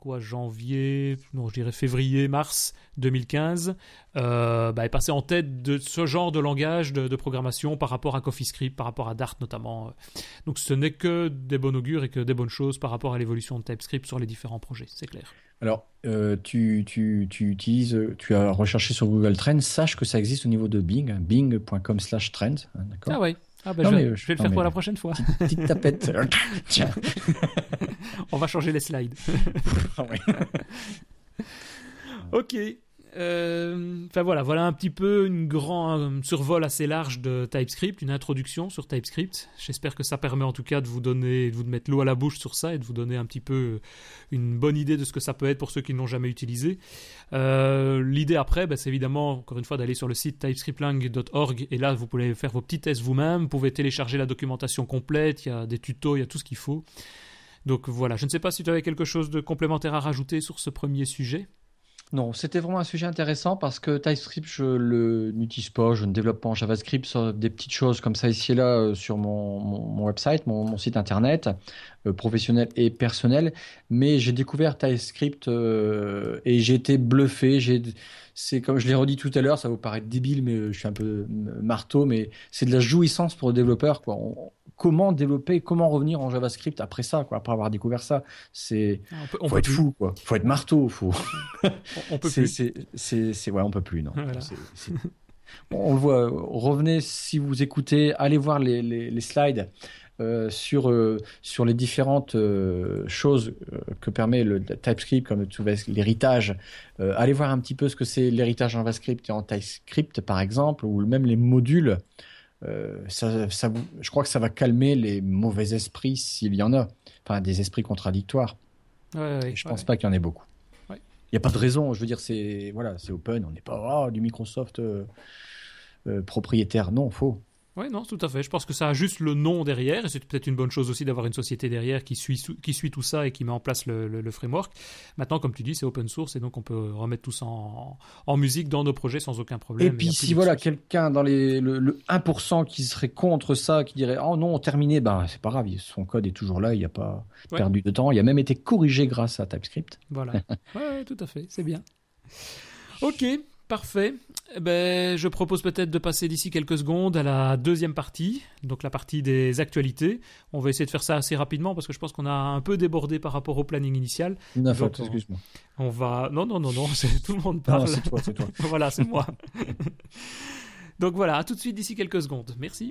février, mars 2015, est passé en tête de ce genre de langage de programmation par rapport à CoffeeScript, par rapport à Dart notamment. Donc ce n'est que des bons augures et que des bonnes choses par rapport à l'évolution de TypeScript sur les différents projets, c'est clair. Alors, tu as recherché sur Google Trends, sache que ça existe au niveau de Bing, bing.com/trends, hein, d'accord? Ah ouais. Ah ben Non, je mais, vais le faire pour la prochaine fois. Petite tapette. Tiens. On va changer les slides. Ah ouais. Ok. Enfin voilà un petit peu un survol assez large de TypeScript, une introduction sur TypeScript. J'espère que ça permet en tout cas de vous mettre l'eau à la bouche sur ça et de vous donner un petit peu une bonne idée de ce que ça peut être pour ceux qui ne l'ont jamais utilisé. L'idée après, c'est évidemment, encore une fois, d'aller sur le site typescriptlang.org et là vous pouvez faire vos petits tests vous-même, vous pouvez télécharger la documentation complète, il y a des tutos, il y a tout ce qu'il faut. Donc voilà, je ne sais pas si tu avais quelque chose de complémentaire à rajouter sur ce premier sujet. Non, c'était vraiment un sujet intéressant parce que TypeScript, je n'utilise pas, je ne développe pas en JavaScript, sauf des petites choses comme ça ici et là sur mon website, mon site internet, professionnel et personnel. Mais j'ai découvert TypeScript et j'ai été bluffé. C'est comme je l'ai redit tout à l'heure, ça va vous paraître débile, mais je suis un peu marteau, mais c'est de la jouissance pour le développeur, quoi. Comment développer, comment revenir en JavaScript après ça, quoi, après avoir découvert ça. Faut être fou, quoi. Faut être marteau, on peut plus. Ouais, on peut plus, non. Voilà. On le voit. Revenez si vous écoutez, allez voir les slides sur les différentes choses que permet le TypeScript, comme l'héritage. Allez voir un petit peu ce que c'est l'héritage en JavaScript et en TypeScript, par exemple, ou même les modules. Je crois que ça va calmer les mauvais esprits s'il y en a, enfin des esprits contradictoires. Je pense pas qu'il y en ait beaucoup. Il n'y a pas de raison. Je veux dire, c'est open. On n'est pas du Microsoft propriétaire. Non, faux. Oui, non, tout à fait. Je pense que ça a juste le nom derrière, et c'est peut-être une bonne chose aussi d'avoir une société derrière qui suit tout ça et qui met en place le framework. Maintenant, comme tu dis, c'est open source, et donc on peut remettre tout ça en musique dans nos projets sans aucun problème. Et puis si voilà quelqu'un dans le 1% qui serait contre ça, qui dirait oh non, terminé, c'est pas grave, son code est toujours là, il n'y a pas perdu de temps, il a même été corrigé grâce à TypeScript. Voilà, ouais, tout à fait, c'est bien. Ok. Parfait. Je propose peut-être de passer d'ici quelques secondes à la deuxième partie, donc la partie des actualités. On va essayer de faire ça assez rapidement parce que je pense qu'on a un peu débordé par rapport au planning initial. Excuse-moi. On va... Non, tout le monde parle. Non, c'est toi. Voilà, c'est moi. Donc voilà, à tout de suite d'ici quelques secondes. Merci.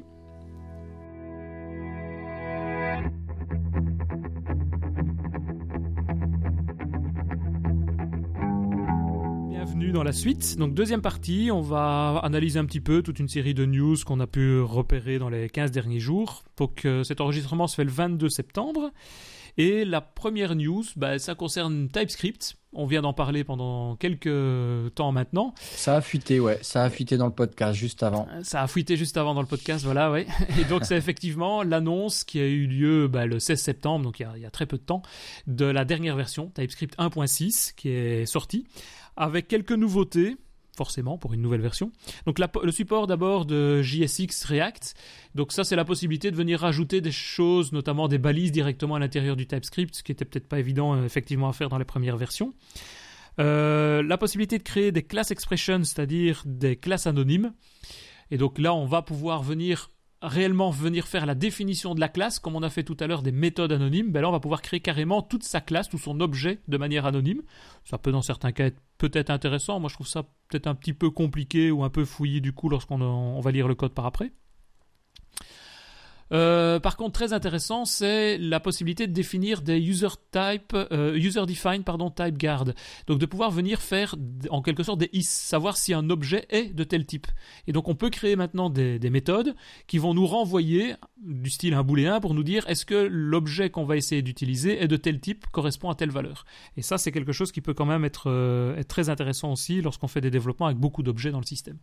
Bienvenue dans la suite. Donc deuxième partie, on va analyser un petit peu toute une série de news qu'on a pu repérer dans les 15 derniers jours. Donc cet enregistrement se fait le 22 septembre. Et la première news, ça concerne TypeScript. On vient d'en parler pendant quelques temps maintenant. Ça a fuité, ouais. Ça a fuité dans le podcast juste avant. Ça a fuité juste avant dans le podcast, voilà, ouais. Et donc c'est effectivement l'annonce qui a eu lieu le 16 septembre, donc il y a très peu de temps, de la dernière version, TypeScript 1.6, qui est sortie, avec quelques nouveautés, forcément, pour une nouvelle version. Donc le support d'abord de JSX React. Donc ça, c'est la possibilité de venir rajouter des choses, notamment des balises directement à l'intérieur du TypeScript, ce qui était peut-être pas évident effectivement à faire dans les premières versions. La possibilité de créer des class expressions, c'est-à-dire des classes anonymes. Et donc là, on va pouvoir réellement venir faire la définition de la classe, comme on a fait tout à l'heure des méthodes anonymes. Là, on va pouvoir créer carrément toute sa classe, tout son objet de manière anonyme. Ça peut, dans certains cas, être peut-être intéressant. Moi, je trouve ça peut-être un petit peu compliqué ou un peu fouillé, du coup, lorsqu'on va lire le code par après. Par contre, très intéressant, c'est la possibilité de définir des user-defined type guard. Donc de pouvoir venir faire en quelque sorte des is, savoir si un objet est de tel type. Et donc on peut créer maintenant des méthodes qui vont nous renvoyer du style un booléen pour nous dire est-ce que l'objet qu'on va essayer d'utiliser est de tel type, correspond à telle valeur. Et ça, c'est quelque chose qui peut quand même être très intéressant aussi lorsqu'on fait des développements avec beaucoup d'objets dans le système.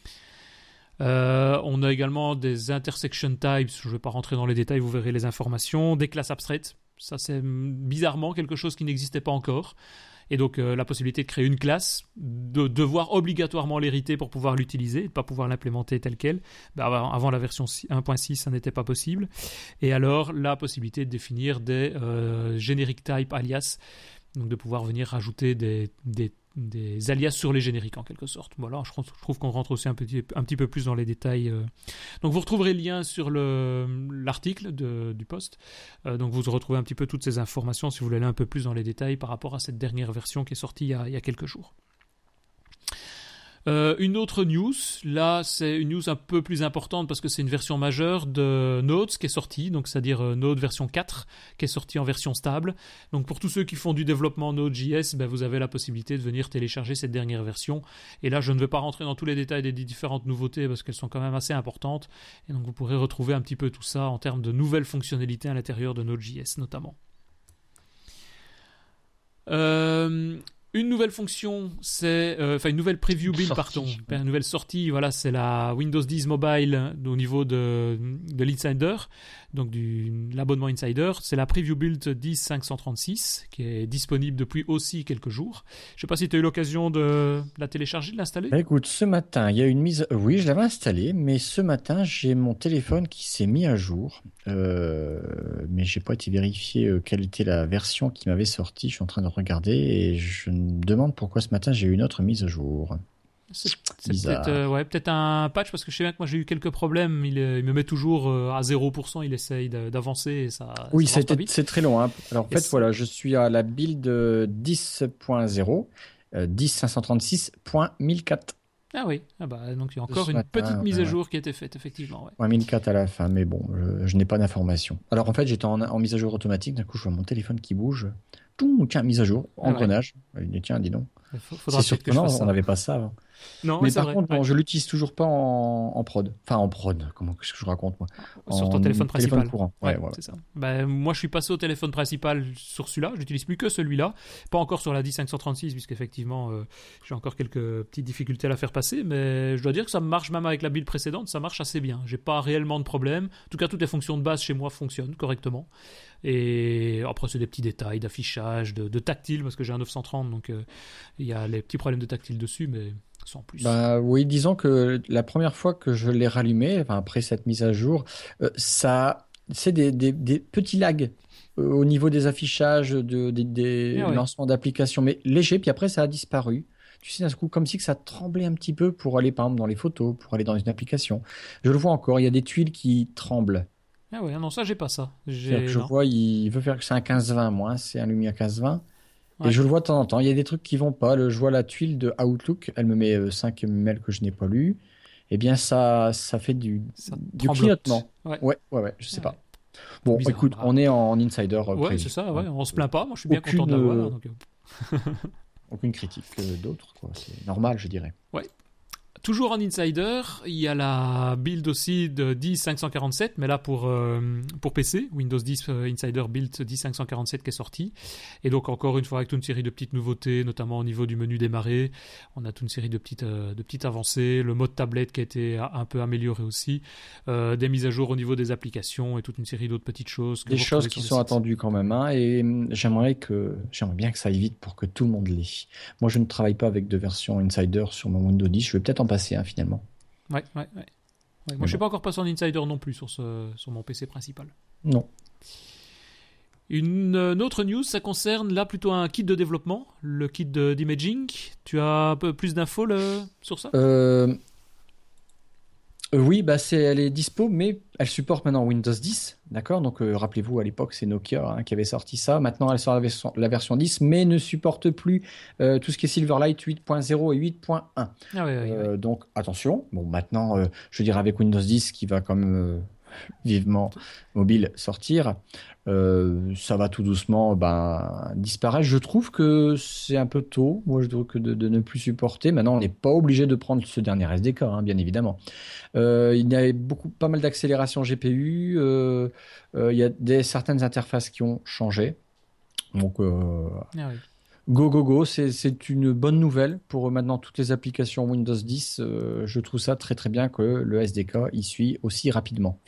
On a également des intersection types, je ne vais pas rentrer dans les détails, vous verrez les informations, des classes abstraites, ça c'est bizarrement quelque chose qui n'existait pas encore, et donc la possibilité de créer une classe, de devoir obligatoirement l'hériter pour pouvoir l'utiliser, et de ne pas pouvoir l'implémenter telle qu'elle. Avant la version 1.6, ça n'était pas possible, et alors la possibilité de définir des generic type alias, donc de pouvoir venir rajouter des alias sur les génériques en quelque sorte. Voilà, je trouve qu'on rentre aussi un petit peu plus dans les détails. Donc vous retrouverez le lien sur l'article du post. Donc vous retrouvez un petit peu toutes ces informations si vous voulez aller un peu plus dans les détails par rapport à cette dernière version qui est sortie il y a quelques jours. Une autre news, là c'est une news un peu plus importante parce que c'est une version majeure de Node qui est sortie, donc c'est-à-dire Node version 4 qui est sortie en version stable. Donc pour tous ceux qui font du développement Node.js, vous avez la possibilité de venir télécharger cette dernière version. Et là je ne vais pas rentrer dans tous les détails des différentes nouveautés parce qu'elles sont quand même assez importantes. Et donc vous pourrez retrouver un petit peu tout ça en termes de nouvelles fonctionnalités à l'intérieur de Node.js notamment. Une nouvelle fonction, c'est une nouvelle preview build, une nouvelle sortie. Voilà, c'est la Windows 10 Mobile au niveau de l'Insider, donc l'abonnement Insider. C'est la preview build 10.536 qui est disponible depuis aussi quelques jours. Je ne sais pas si tu as eu l'occasion de la télécharger, de l'installer. Écoute, ce matin, il y a une mise. Oui, je l'avais installée, mais ce matin, j'ai mon téléphone qui s'est mis à jour. Mais j'ai pas été vérifier quelle était la version qui m'avait sorti. Je suis en train de regarder et je me demande pourquoi ce matin j'ai eu une autre mise à jour. C'est peut-être un patch parce que je sais bien que moi j'ai eu quelques problèmes. Il me met toujours à 0%. Il essaye d'avancer et ça. Oui, c'est très long. Hein. Alors en fait, voilà, je suis à la build 10.0, 10.536.1004. Ah oui, donc il y a encore une petite mise à jour qui a été faite, effectivement. Ouais. 1004 à la fin, mais bon, je n'ai pas d'informations. Alors en fait, j'étais en mise à jour automatique, d'un coup je vois mon téléphone qui bouge. Tiens, mise à jour, engrenage. Tiens, dis donc. C'est sûr que on n'avait pas ça avant. Non, mais par contre, je l'utilise toujours pas en prod. Enfin, en prod, qu'est-ce que je raconte moi? Sur ton téléphone principal. Courant. Ouais, voilà. C'est ça. Moi, je suis passé au téléphone principal sur celui-là. Je n'utilise plus que celui-là. Pas encore sur la 10.536, puisqu'effectivement, j'ai encore quelques petites difficultés à la faire passer. Mais je dois dire que ça marche, même avec la build précédente, ça marche assez bien. J'ai pas réellement de problème. En tout cas, toutes les fonctions de base chez moi fonctionnent correctement. Et après, c'est des petits détails d'affichage, de tactile, parce que j'ai un 930, donc il y a les petits problèmes de tactile dessus, mais sans plus. Oui, disons que la première fois que je l'ai rallumé, après cette mise à jour, c'est des petits lags au niveau des affichages, des lancements d'applications, mais léger, puis après ça a disparu. Tu sais, d'un coup, comme si que ça tremblait un petit peu pour aller, par exemple, dans les photos, pour aller dans une application. Je le vois encore, il y a des tuiles qui tremblent. Ah ouais, non, ça, j'ai pas ça. Je vois, il veut faire que c'est un 15-20, moi, c'est un Lumia 15-20. Ouais. Et je le vois de temps en temps. Il y a des trucs qui vont pas. Je vois la tuile de Outlook, elle me met 5 mails que je n'ai pas lus. Eh bien, ça fait du clignotement. Ouais, je sais pas. Bon, bizarre, écoute, on est en insider. Ouais, c'est ça, on se plaint pas. Moi, je suis bien content de l'avoir. Donc... Aucune critique d'autre, quoi. C'est normal, je dirais. Ouais. Toujours en Insider, il y a la build aussi de 10.547, mais là pour PC, Windows 10 Insider Build 10.547 qui est sorti. Et donc encore une fois avec toute une série de petites nouveautés, notamment au niveau du menu démarrer. On a toute une série de petites avancées, le mode tablette qui a été un peu amélioré aussi, des mises à jour au niveau des applications et toute une série d'autres petites choses. Des choses qui sont attendues quand même, hein, et j'aimerais bien que ça aille vite pour que tout le monde l'ait. Moi je ne travaille pas avec de version Insider sur mon Windows 10, je vais peut-être en passer finalement. Ouais. Moi, je ne suis pas encore passé en Insider non plus sur mon PC principal. Non. Une autre news, ça concerne là plutôt un kit de développement, le kit d'imaging. Tu as un peu plus d'infos sur ça? Oui, elle est dispo, mais elle supporte maintenant Windows 10, d'accord? Donc rappelez-vous, à l'époque, c'est Nokia qui avait sorti ça. Maintenant, elle sort la version 10, mais ne supporte plus tout ce qui est Silverlight 8.0 et 8.1. Ah ouais. Donc attention. Bon, maintenant, je dirais avec Windows 10 qui va quand même vivement mobile sortir, ça va tout doucement disparaître. Je trouve que c'est un peu tôt, moi je trouve que de ne plus supporter. Maintenant on n'est pas obligé de prendre ce dernier SDK, bien évidemment. Il y a pas mal d'accélération GPU, il y a certaines interfaces qui ont changé, donc Go, c'est une bonne nouvelle pour maintenant toutes les applications Windows 10. Je trouve ça très très bien que le SDK y suit aussi rapidement finalement.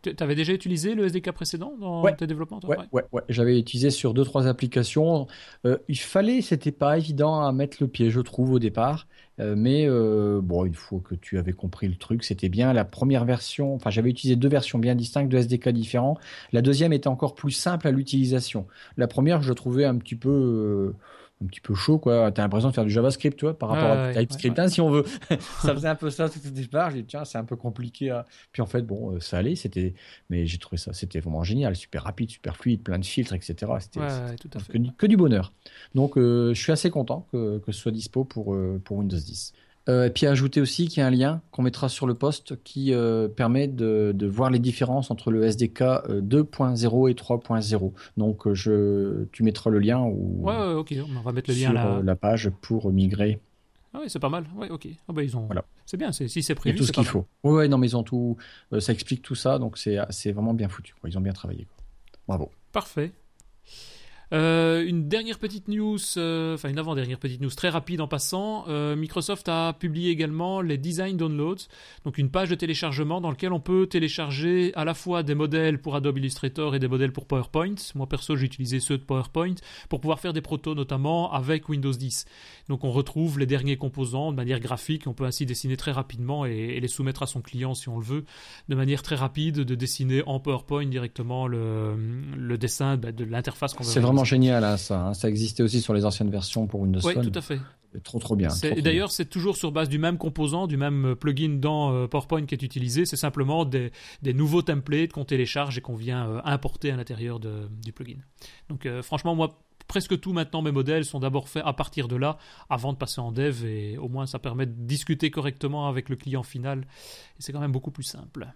Tu avais déjà utilisé le SDK précédent dans tes développements, toi? Ouais. J'avais utilisé sur 2-3 applications. C'était pas évident à mettre le pied, je trouve, au départ. Mais une fois que tu avais compris le truc, c'était bien. La première version, enfin, j'avais utilisé 2 versions bien distinctes de SDK différents. La deuxième était encore plus simple à l'utilisation. La première, je trouvais un petit peu chaud, quoi. T'as l'impression de faire du JavaScript, tu vois, par rapport à TypeScript, si on veut. Ça faisait un peu ça tout au départ. J'ai dit, tiens, c'est un peu compliqué. Puis en fait, ça allait. Mais j'ai trouvé ça, c'était vraiment génial, super rapide, super fluide, plein de filtres, etc. C'était tout à fait. que du bonheur. Donc, je suis assez content que ce soit dispo pour Windows 10. Et puis ajouter aussi qu'il y a un lien qu'on mettra sur le post qui permet de voir les différences entre le SDK 2.0 et 3.0. Donc tu mettras le lien ok, on va mettre le lien sur là. La page pour migrer. Ah oui, c'est pas mal. Ouais, ok. Voilà. C'est bien, si c'est prévu. Il y a tout ce qu'il faut. Ouais, non, mais ils ont tout. Ça explique tout ça, donc c'est vraiment bien foutu, quoi. Ils ont bien travaillé, quoi. Bravo. Parfait. Une dernière petite news, une avant-dernière petite news très rapide en passant. Microsoft a publié également les Design Downloads, donc une page de téléchargement dans laquelle on peut télécharger à la fois des modèles pour Adobe Illustrator et des modèles pour PowerPoint. Moi perso, j'ai utilisé ceux de PowerPoint pour pouvoir faire des protos notamment avec Windows 10. Donc on retrouve les derniers composants de manière graphique. On peut ainsi dessiner très rapidement et les soumettre à son client si on le veut, de manière très rapide, de dessiner en PowerPoint directement le dessin de l'interface qu'on veut. C'est vraiment génial, ça. Ça existait aussi sur les anciennes versions pour Windows Phone. Oui, tout à fait. Trop bien. Et d'ailleurs, c'est toujours sur base du même composant, du même plugin dans PowerPoint qui est utilisé. C'est simplement des nouveaux templates qu'on télécharge et qu'on vient importer à l'intérieur du plugin. Donc franchement, moi, presque tous maintenant mes modèles sont d'abord faits à partir de là, avant de passer en dev, et au moins ça permet de discuter correctement avec le client final. Et c'est quand même beaucoup plus simple.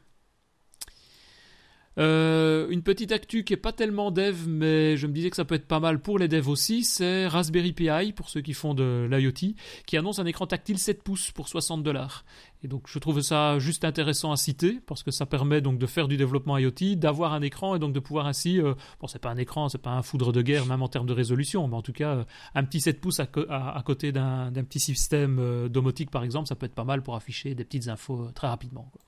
Une petite actu qui est pas tellement dev, mais je me disais que ça peut être pas mal pour les devs aussi, c'est Raspberry Pi, pour ceux qui font de l'IoT, qui annonce un écran tactile 7 pouces pour $60. Et donc je trouve ça juste intéressant à citer, parce que ça permet donc de faire du développement IoT, d'avoir un écran et donc de pouvoir ainsi, c'est pas un écran, c'est pas un foudre de guerre même en termes de résolution, mais en tout cas un petit 7 pouces à côté d'un petit système domotique par exemple, ça peut être pas mal pour afficher des petites infos très rapidement, quoi.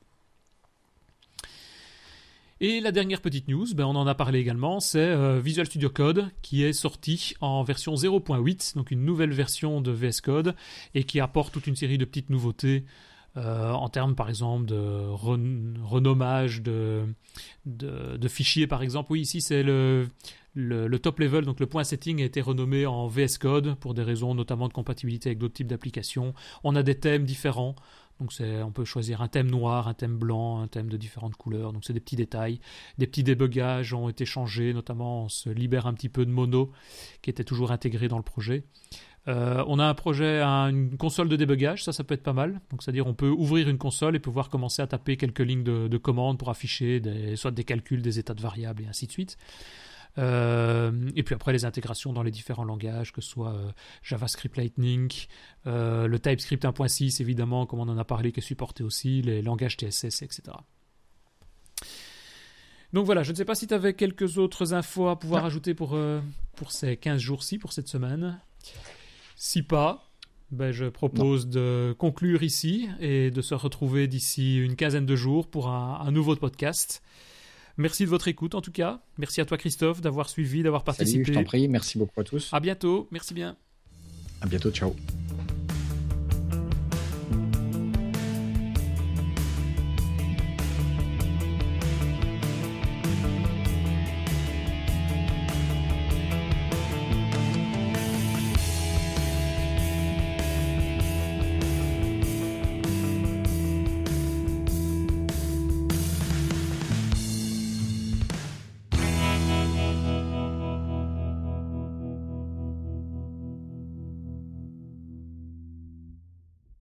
Et la dernière petite news, on en a parlé également, c'est Visual Studio Code qui est sorti en version 0.8, donc une nouvelle version de VS Code, et qui apporte toute une série de petites nouveautés en termes par exemple de renommage de fichiers par exemple. Oui, ici c'est le top level, donc le point setting a été renommé en VS Code pour des raisons notamment de compatibilité avec d'autres types d'applications. On a des thèmes différents. Donc on peut choisir un thème noir, un thème blanc, un thème de différentes couleurs. Donc c'est des petits détails. Des petits débugages ont été changés, notamment on se libère un petit peu de mono qui était toujours intégré dans le projet. On a un projet, une console de débugage, ça peut être pas mal. Donc c'est-à-dire on peut ouvrir une console et pouvoir commencer à taper quelques lignes de commandes pour afficher soit des calculs, des états de variables et ainsi de suite. Et puis après les intégrations dans les différents langages, que ce soit JavaScript Lightning, le TypeScript 1.6 évidemment, comme on en a parlé, qui est supporté aussi, les langages TSS, etc. Donc voilà, je ne sais pas si tu avais quelques autres infos à pouvoir ajouter pour ces 15 jours-ci, pour cette semaine. Si pas, je propose de conclure ici et de se retrouver d'ici une quinzaine de jours pour un nouveau podcast. Merci de votre écoute en tout cas. Merci à toi Christophe d'avoir suivi, d'avoir participé. Salut, je t'en prie. Merci beaucoup à tous. À bientôt. Merci bien. À bientôt. Ciao.